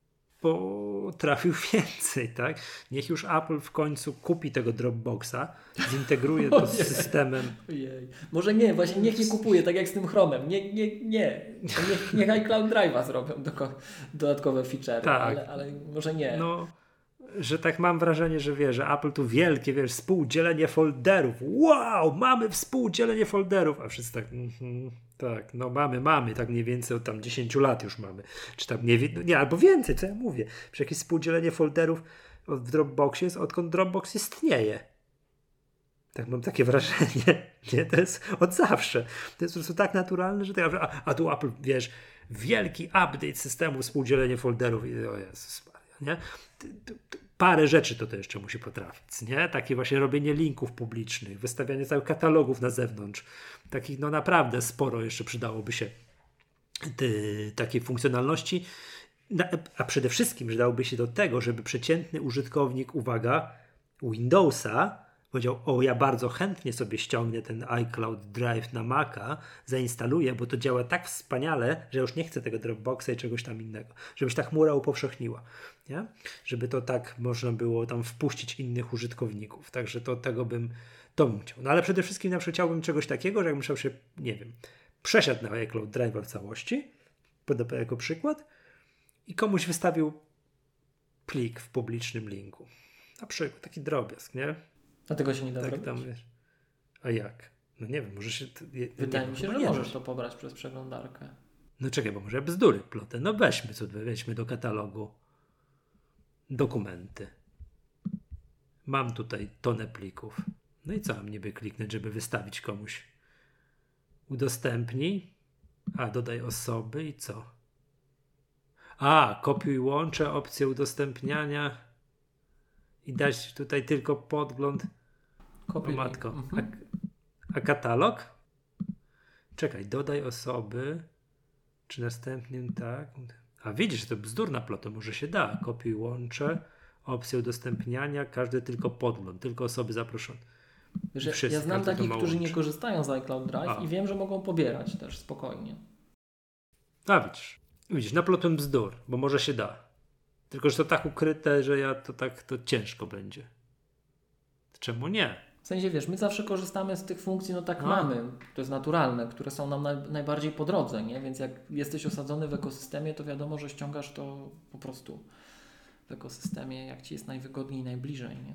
potrafił więcej, tak? Niech już Apple w końcu kupi tego Dropboxa, zintegruje to z systemem. Ojej. Może nie, właśnie niech nie kupuje, tak jak z tym Chromem. Nie, nie, nie. Niech, niech iCloud Drive'a zrobią doko, dodatkowe feature'y, tak. ale, ale może nie. No, że tak mam wrażenie, że wie, że Apple tu wielkie, wiesz, współdzielenie folderów. Wow, mamy współdzielenie folderów. A wszyscy tak, mm-hmm, tak, no mamy, mamy, tak mniej więcej od tam dziesięć lat już mamy. Czy tam nie, nie, albo więcej, co ja mówię. Przecież jakieś współdzielenie folderów w Dropboxie jest, odkąd Dropbox istnieje. Tak mam takie wrażenie. Nie, to jest od zawsze. To jest po prostu tak naturalne, że tak, a, a tu Apple, wiesz, wielki update systemu współdzielenie folderów. I, o Jezus Maria, nie? Parę rzeczy to, to jeszcze musi potrafić, nie? Takie właśnie robienie linków publicznych, wystawianie całych katalogów na zewnątrz. Takich, no naprawdę sporo jeszcze przydałoby się ty, takiej funkcjonalności. A przede wszystkim przydałoby się do tego, żeby przeciętny użytkownik, uwaga, Windowsa powiedział, o ja bardzo chętnie sobie ściągnę ten iCloud Drive na Maca, zainstaluję, bo to działa tak wspaniale, że już nie chcę tego Dropboxa i czegoś tam innego. Żeby się ta chmura upowszechniła. Nie? Żeby to tak można było tam wpuścić innych użytkowników. Także to tego bym, to bym chciał. No ale przede wszystkim na przykład chciałbym czegoś takiego, że jak musiał się, nie wiem, przesiadł na iCloud Drive w całości, podaję jako przykład, i komuś wystawił plik w publicznym linku. Na przykład taki drobiazg, nie? A tego się nie da tak, zrobić? Tam, wiesz. A jak? No nie wiem, może się... Je, Wydaje nie, mi się, że możesz wiesz. to pobrać przez przeglądarkę. No czekaj, bo może bzdury plotę. No weźmy, co weźmy do katalogu. Dokumenty. Mam tutaj tonę plików. No i co mam niby kliknąć, żeby wystawić komuś? Udostępnij. A, dodaj osoby i co? A, kopiuj łącze, opcję udostępniania i dać tutaj tylko podgląd. Kopiuj. O matko. Mhm. A, a katalog? Czekaj, dodaj osoby. Czy następnym tak? A widzisz, to bzdurna plota, może się da. Kopiuj łącze, opcja udostępniania, każdy tylko podgląd, tylko osoby zaproszone. Wiesz, wszyscy, ja znam takich, którzy łączy. nie korzystają z iCloud Drive a. i wiem, że mogą pobierać też spokojnie. A widzisz, widzisz, naplotem bzdur, bo może się da. Tylko, że to tak ukryte, że ja to tak, to ciężko będzie. Czemu nie? W sensie, wiesz, my zawsze korzystamy z tych funkcji, no tak a. mamy, to jest naturalne, które są nam naj, najbardziej po drodze, nie? Więc jak jesteś osadzony w ekosystemie, to wiadomo, że ściągasz to po prostu w ekosystemie, jak Ci jest najwygodniej, najbliżej, nie?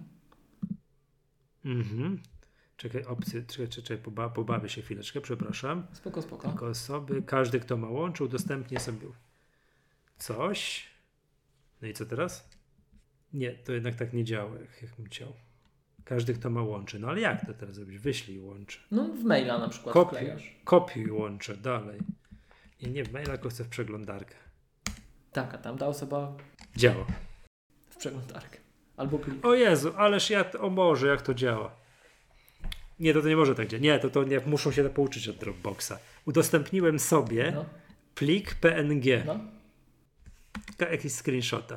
Mhm. Czekaj, opcje, czekaj, czekaj, poba, pobawię się chwileczkę, przepraszam. Spoko, spoko. Tylko osoby, każdy kto ma łącze, udostępnię sobie coś. No i co teraz? Nie, to jednak tak nie działa, jak, jak bym chciał. Każdy kto ma łącze. No ale jak to teraz zrobić? Wyślij łącze. No w maila na przykład Kopiuj, wklejasz. kopiuj łącze, dalej. Nie, nie w maila, tylko chcę w przeglądarkę. Tak, a tam ta osoba Działa. w przeglądarkę. Albo plik. O Jezu, ależ ja, o Boże, jak to działa. Nie, to, to nie może tak działać. Nie, to, to nie, muszą się to pouczyć od Dropboxa. Udostępniłem sobie No. plik P N G. No. Jakiś screenshota.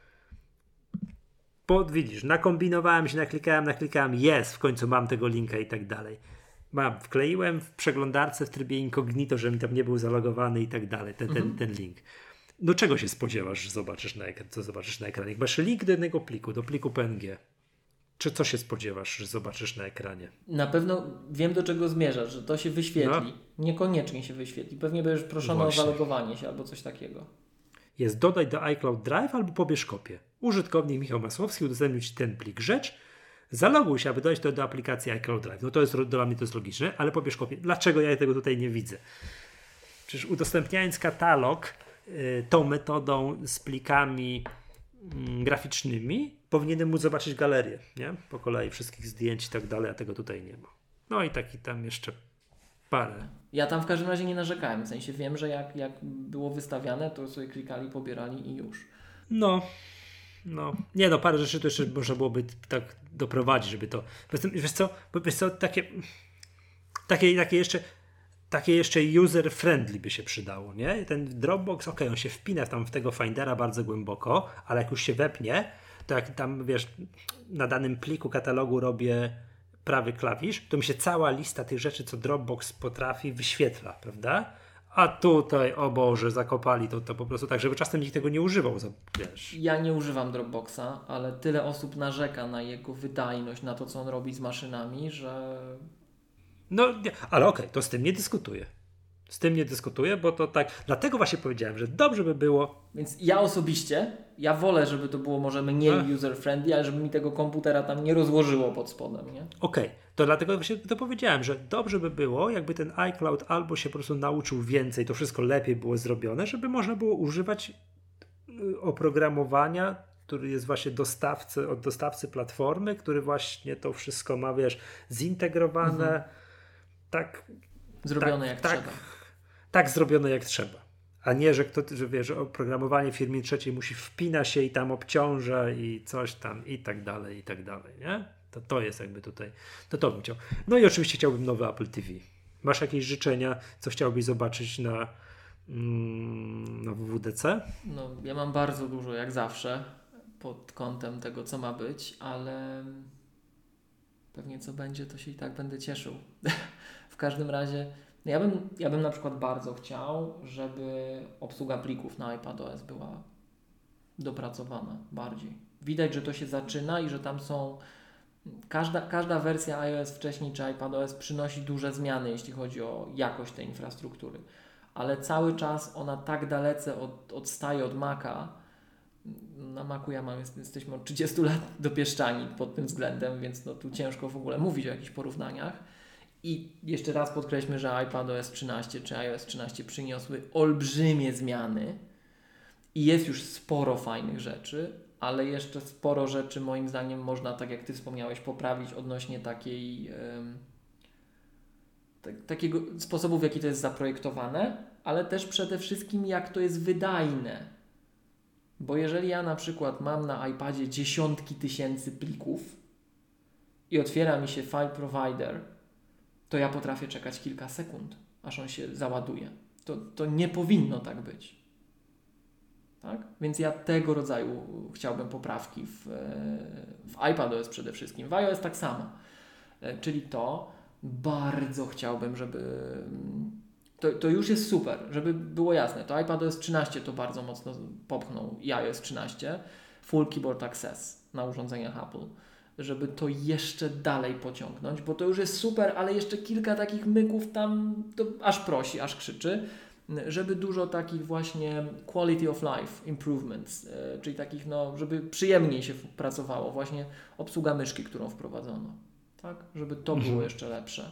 Bo widzisz, nakombinowałem się, naklikałem, naklikałem, jest, w końcu mam tego linka i tak dalej. Mam, wkleiłem w przeglądarce w trybie incognito, żebym tam nie był zalogowany i tak dalej, ten, ten, Mhm. ten link. No czego się spodziewasz, że zobaczysz na ekran, co zobaczysz na ekranie? Masz link do jednego pliku, do pliku P N G. Czy co się spodziewasz, że zobaczysz na ekranie? Na pewno wiem, do czego zmierzasz, że to się wyświetli. No. Niekoniecznie się wyświetli. Pewnie będziesz proszony Właśnie. o zalogowanie się albo coś takiego. Jest dodaj do iCloud Drive albo pobierz kopię. Użytkownik Michał Masłowski udostępnił Ci ten plik rzecz. Zaloguj się, aby dodać to do aplikacji iCloud Drive. No to jest dla mnie to jest logiczne, ale pobierz kopię. Dlaczego ja tego tutaj nie widzę? Przecież udostępniając katalog y, tą metodą z plikami y, graficznymi, powinienem móc zobaczyć galerię, nie? Po kolei wszystkich zdjęć i tak dalej, a tego tutaj nie ma. No i taki tam jeszcze parę. Ja tam w każdym razie nie narzekałem. W sensie wiem, że jak, jak było wystawiane, to sobie klikali, pobierali i już. No, no. Nie no, parę rzeczy to jeszcze można byłoby tak doprowadzić, żeby to... Wiesz co, bo wiesz co, takie, takie, takie jeszcze takie jeszcze user-friendly by się przydało, nie? Ten Dropbox, okej, okay, on się wpina tam w tego Findera bardzo głęboko, ale jak już się wepnie, to jak tam, wiesz, na danym pliku katalogu robię prawy klawisz, to mi się cała lista tych rzeczy, co Dropbox potrafi, wyświetla, prawda? A tutaj, o Boże, zakopali to, to po prostu tak, żeby czasem nikt tego nie używał, wiesz. Ja nie używam Dropboxa, ale tyle osób narzeka na jego wydajność, na to, co on robi z maszynami, że... No, nie, ale okej, okay, to z tym nie dyskutuję. Z tym nie dyskutuję, bo to tak, dlatego właśnie powiedziałem, że dobrze by było. Więc ja osobiście, ja wolę, żeby to było może mniej A? user-friendly, ale żeby mi tego komputera tam nie rozłożyło pod spodem, nie? Okej, okay, to dlatego właśnie to powiedziałem, że dobrze by było, jakby ten iCloud albo się po prostu nauczył więcej, to wszystko lepiej było zrobione, żeby można było używać oprogramowania, który jest właśnie dostawcy, od dostawcy platformy, który właśnie to wszystko ma, wiesz, zintegrowane, mhm. tak... Zrobione tak, jak tak, trzeba. Tak zrobione jak trzeba. A nie, że, kto, że wiesz, oprogramowanie w firmie trzeciej musi wpina się i tam obciąża i coś tam i tak dalej, i tak dalej, nie? To, to jest jakby tutaj, to to bym chciał. No i oczywiście chciałbym nowy Apple T V. Masz jakieś życzenia, co chciałbyś zobaczyć na, mm, na W W D C? No, ja mam bardzo dużo, jak zawsze, pod kątem tego, co ma być, ale pewnie co będzie, to się i tak będę cieszył. W każdym razie, no ja bym, ja bym na przykład bardzo chciał, żeby obsługa plików na iPadOS była dopracowana bardziej. Widać, że to się zaczyna i że tam są każda, każda wersja iOS wcześniej czy iPadOS przynosi duże zmiany, jeśli chodzi o jakość tej infrastruktury. Ale cały czas ona tak dalece od, odstaje od Maca. Na Macu ja mam, jesteśmy od trzydziestu lat dopieszczani pod tym względem, więc no tu ciężko w ogóle mówić o jakichś porównaniach. I jeszcze raz podkreślmy, że iPadOS trzynaście czy iOS trzynaście przyniosły olbrzymie zmiany i jest już sporo fajnych rzeczy, ale jeszcze sporo rzeczy moim zdaniem można, tak jak Ty wspomniałeś, poprawić odnośnie takiej um, tak, takiego sposobu, w jaki to jest zaprojektowane, ale też przede wszystkim jak to jest wydajne. Bo jeżeli ja na przykład mam na iPadzie dziesiątki tysięcy plików i otwiera mi się file provider, to ja potrafię czekać kilka sekund, aż on się załaduje. To, to nie powinno tak być. Tak? Więc ja tego rodzaju chciałbym poprawki w, w iPadOS przede wszystkim. W iOS tak samo. Czyli to bardzo chciałbym, żeby... To, to już jest super, żeby było jasne. To iPadOS trzynaście to bardzo mocno popchnął i iOS trzynaście. Full Keyboard Access na urządzeniach Apple. Żeby to jeszcze dalej pociągnąć, bo to już jest super, ale jeszcze kilka takich myków tam to aż prosi, aż krzyczy. żeby dużo takich właśnie quality of life improvements, e, czyli takich, no, żeby przyjemniej się pracowało, właśnie obsługa myszki, którą wprowadzono, tak, żeby to było jeszcze lepsze.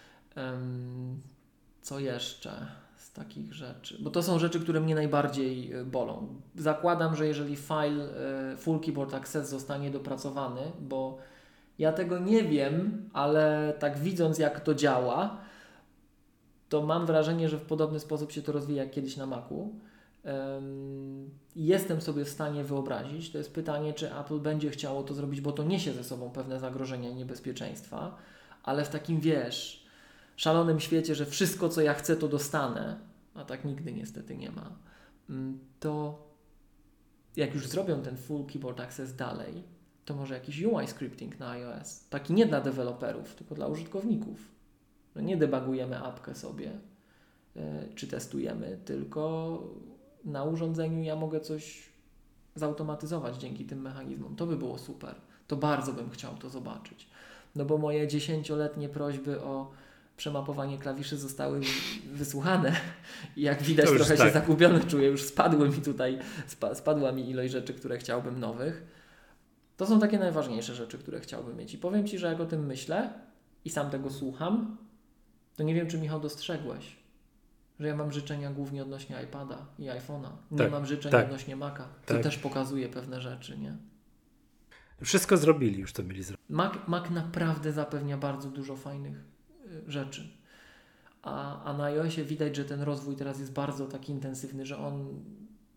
Um, co jeszcze z takich rzeczy? Bo to są rzeczy, które mnie najbardziej bolą. Zakładam, że jeżeli file e, Full Keyboard Access zostanie dopracowany, bo ja tego nie wiem, ale tak widząc, jak to działa, to mam wrażenie, że w podobny sposób się to rozwija jak kiedyś na Macu. Um, jestem sobie w stanie wyobrazić, to jest pytanie, czy Apple będzie chciało to zrobić, bo to niesie ze sobą pewne zagrożenia i niebezpieczeństwa, ale w takim, wiesz, szalonym świecie, że wszystko, co ja chcę, to dostanę, a tak nigdy niestety nie ma, to jak już zrobią ten Full Keyboard Access dalej, to może jakiś U I scripting na iOS, taki nie dla deweloperów, tylko dla użytkowników. No nie debugujemy apkę sobie, yy, czy testujemy, tylko na urządzeniu ja mogę coś zautomatyzować dzięki tym mechanizmom. To by było super. To bardzo bym chciał to zobaczyć. No bo moje dziesięcioletnie prośby o przemapowanie klawiszy zostały wysłuchane i jak widać trochę tak się zagubiony czuję, już spadły mi tutaj, spa, spadła mi ilość rzeczy, które chciałbym nowych. To są takie najważniejsze rzeczy, które chciałbym mieć. I powiem Ci, że jak o tym myślę i sam tego słucham, to nie wiem, czy Michał dostrzegłeś, że ja mam życzenia głównie odnośnie iPada i iPhone'a. Nie tak, mam życzeń tak, odnośnie Maca, co tak. też pokazuje pewne rzeczy, nie? Wszystko zrobili, już to mieli zrobić. Mac, Mac naprawdę zapewnia bardzo dużo fajnych y, rzeczy. A, a na iOSie widać, że ten rozwój teraz jest bardzo taki intensywny, że on...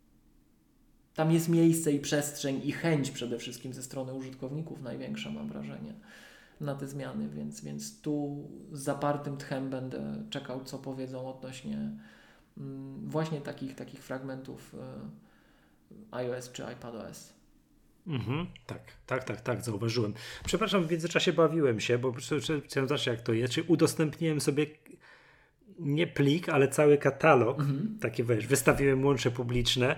Tam jest miejsce i przestrzeń i chęć przede wszystkim ze strony użytkowników największa, mam wrażenie, na te zmiany, więc, więc tu z zapartym tchem będę czekał, co powiedzą odnośnie mm, właśnie takich, takich fragmentów y, iOS czy iPadOS. Mhm, tak, tak, tak, tak, zauważyłem. Przepraszam, w międzyczasie bawiłem się, bo chciałem zobaczyć, jak to jest. Czyli udostępniłem sobie nie plik, ale cały katalog, mhm. taki wiesz, wystawiłem łącze publiczne,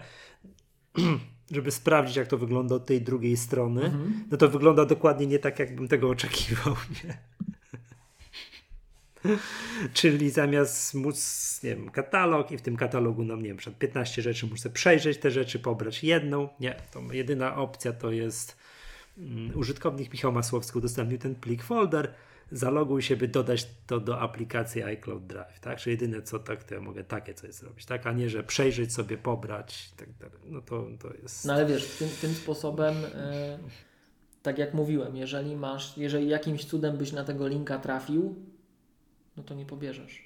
żeby sprawdzić, jak to wygląda od tej drugiej strony. Mhm. No to wygląda dokładnie nie tak, jakbym tego oczekiwał, nie? Czyli zamiast móc, nie wiem, katalog i w tym katalogu nam, nie wiem, przed piętnaście rzeczy muszę przejrzeć te rzeczy, pobrać jedną. Nie, to jedyna opcja to jest um, użytkownik Michał Masłowski udostępnił ten plik folder, zaloguj się, by dodać to do aplikacji iCloud Drive, tak? Czyli jedyne co, tak, to ja mogę takie coś zrobić, tak? A nie, że przejrzeć sobie, pobrać i tak dalej. No to, to jest... No ale wiesz, tym, tym sposobem yy, tak jak mówiłem, jeżeli masz, jeżeli jakimś cudem byś na tego linka trafił, no to nie pobierzesz.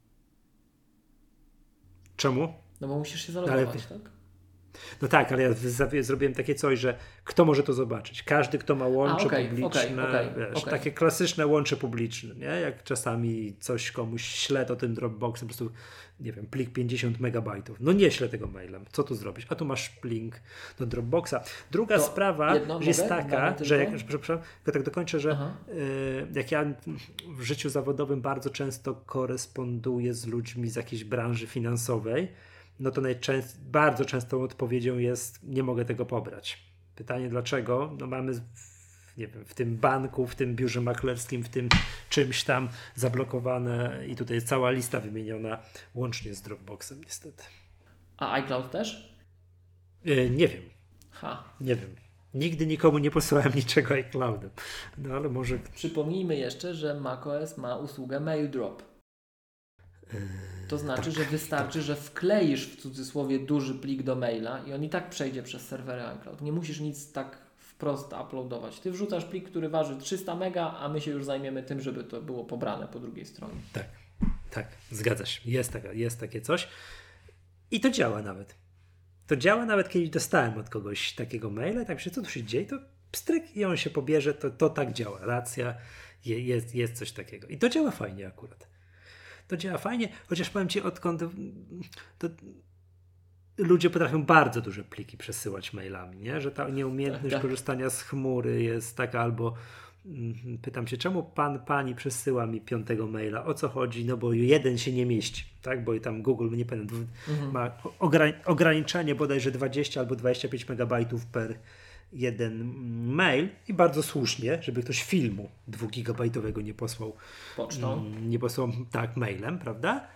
Czemu? No bo musisz się zalogować, ale... tak? No tak, ale ja z- zrobiłem takie coś, że kto może to zobaczyć? Każdy, kto ma łącze A, okay, publiczne, okay, okay, wiesz, okay. takie klasyczne łącze publiczne, nie? Jak czasami coś komuś ślę to tym Dropboxem, po prostu, nie wiem, plik pięćdziesiąt megabajtów. No nie ślę tego mailem. Co tu zrobić? A tu masz link do Dropboxa. Druga to sprawa jest mogę? taka, że jak, przepraszam, tylko tak dokończę, że y, jak ja w życiu zawodowym bardzo często koresponduję z ludźmi z jakiejś branży finansowej, no to najczęst, bardzo częstą odpowiedzią jest, nie mogę tego pobrać. Pytanie dlaczego? No mamy w, nie wiem, w tym banku, w tym biurze maklerskim, w tym czymś tam zablokowane i tutaj jest cała lista wymieniona łącznie z Dropboxem niestety. A iCloud też? Yy, nie wiem. Ha. Nie wiem. Nigdy nikomu nie posłałem niczego iCloudem. No ale może... Przypomnijmy jeszcze, że macOS ma usługę MailDrop. To znaczy, tak, że wystarczy, tak. że wkleisz w cudzysłowie duży plik do maila i on i tak przejdzie przez serwery iCloud. Nie musisz nic tak wprost uploadować. Ty wrzucasz plik, który waży trzysta mega, a my się już zajmiemy tym, żeby to było pobrane po drugiej stronie. Tak, tak, zgadza się. Jest, taka, jest takie coś. I to działa nawet. To działa nawet, kiedy dostałem od kogoś takiego maila i tak myślę, co tu się dzieje, to pstryk i on się pobierze, to, to tak działa. Racja, je, jest, jest coś takiego. I to działa fajnie akurat. To działa fajnie, chociaż powiem Ci, odkąd to ludzie potrafią bardzo duże pliki przesyłać mailami, nie? Że ta nieumiejętność tak, tak. korzystania z chmury jest taka albo mm, pytam się, czemu pan, pani przesyła mi piątego maila, o co chodzi? No bo jeden się nie mieści, tak? Bo tam Google, nie pamiętam, mhm. ma ogra- ograniczenie bodajże dwadzieścia albo dwadzieścia pięć megabajtów per jeden mail i bardzo słusznie, żeby ktoś filmu dwugigabajtowego nie posłał pocztą, nie posłał tak mailem, prawda?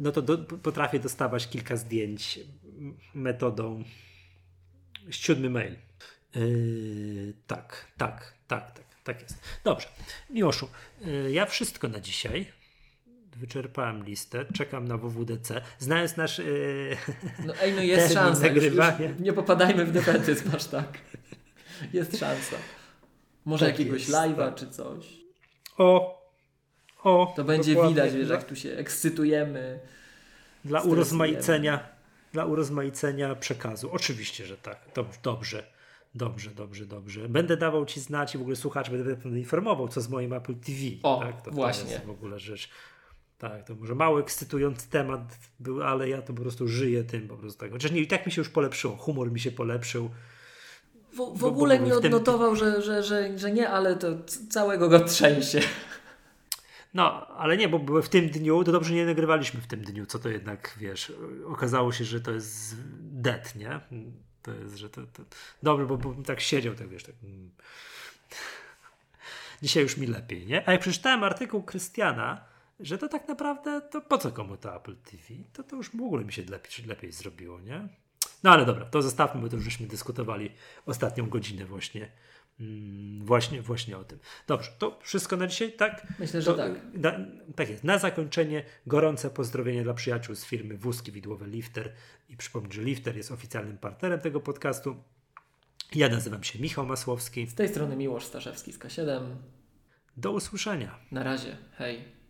no to do, potrafię dostawać kilka zdjęć metodą siódmy mail. Yy, tak, tak, tak, tak, tak jest. Dobrze. Miłoszu, yy, ja wszystko na dzisiaj. Wyczerpałem listę, czekam na W W D C. Znając nasz yy, no ej, no jest szansa. nagrywania. Już, już nie popadajmy w defetyzm aż tak. Jest szansa. Może tak jakiegoś live'a tak. czy coś. O, o. To będzie widać, wiesz, jak tu się ekscytujemy. Dla stresujemy. urozmaicenia, dla urozmaicenia przekazu. Oczywiście, że tak. Dobrze, dobrze, dobrze, dobrze, dobrze. Będę dawał ci znać i w ogóle słuchacz będę informował, co z moim Apple T V. O, tak? To, właśnie. To jest w ogóle rzecz. Tak, to może mało ekscytujący temat był, ale ja to po prostu żyję tym po prostu tak. Chociaż nie, i tak mi się już polepszyło. Humor mi się polepszył. W, w bo, ogóle bo, mi odnotował, tym... że, że, że, że nie, ale to całego go trzęsie. No, ale nie, bo w tym dniu, to dobrze nie nagrywaliśmy w tym dniu, co to jednak, wiesz, okazało się, że to jest dead, nie? To jest, że to, to... Dobrze, bo, bo tak siedział, tak wiesz, tak... Dzisiaj już mi lepiej, nie? A jak przeczytałem artykuł Krystiana, że to tak naprawdę, to po co komu to Apple T V? To to już w ogóle mi się lepiej, lepiej zrobiło, nie? No ale dobra, to zostawmy, bo to już żeśmy dyskutowali ostatnią godzinę właśnie. Mm, właśnie, właśnie o tym. Dobrze, to wszystko na dzisiaj, tak? Myślę, że to, tak. Na, tak jest. Na zakończenie gorące pozdrowienie dla przyjaciół z firmy Wózki Widłowe Lifter i przypomnę, że Lifter jest oficjalnym partnerem tego podcastu. Ja nazywam się Michał Masłowski. Z tej strony Miłosz Staszewski z K siedem. Do usłyszenia. Na razie, hej.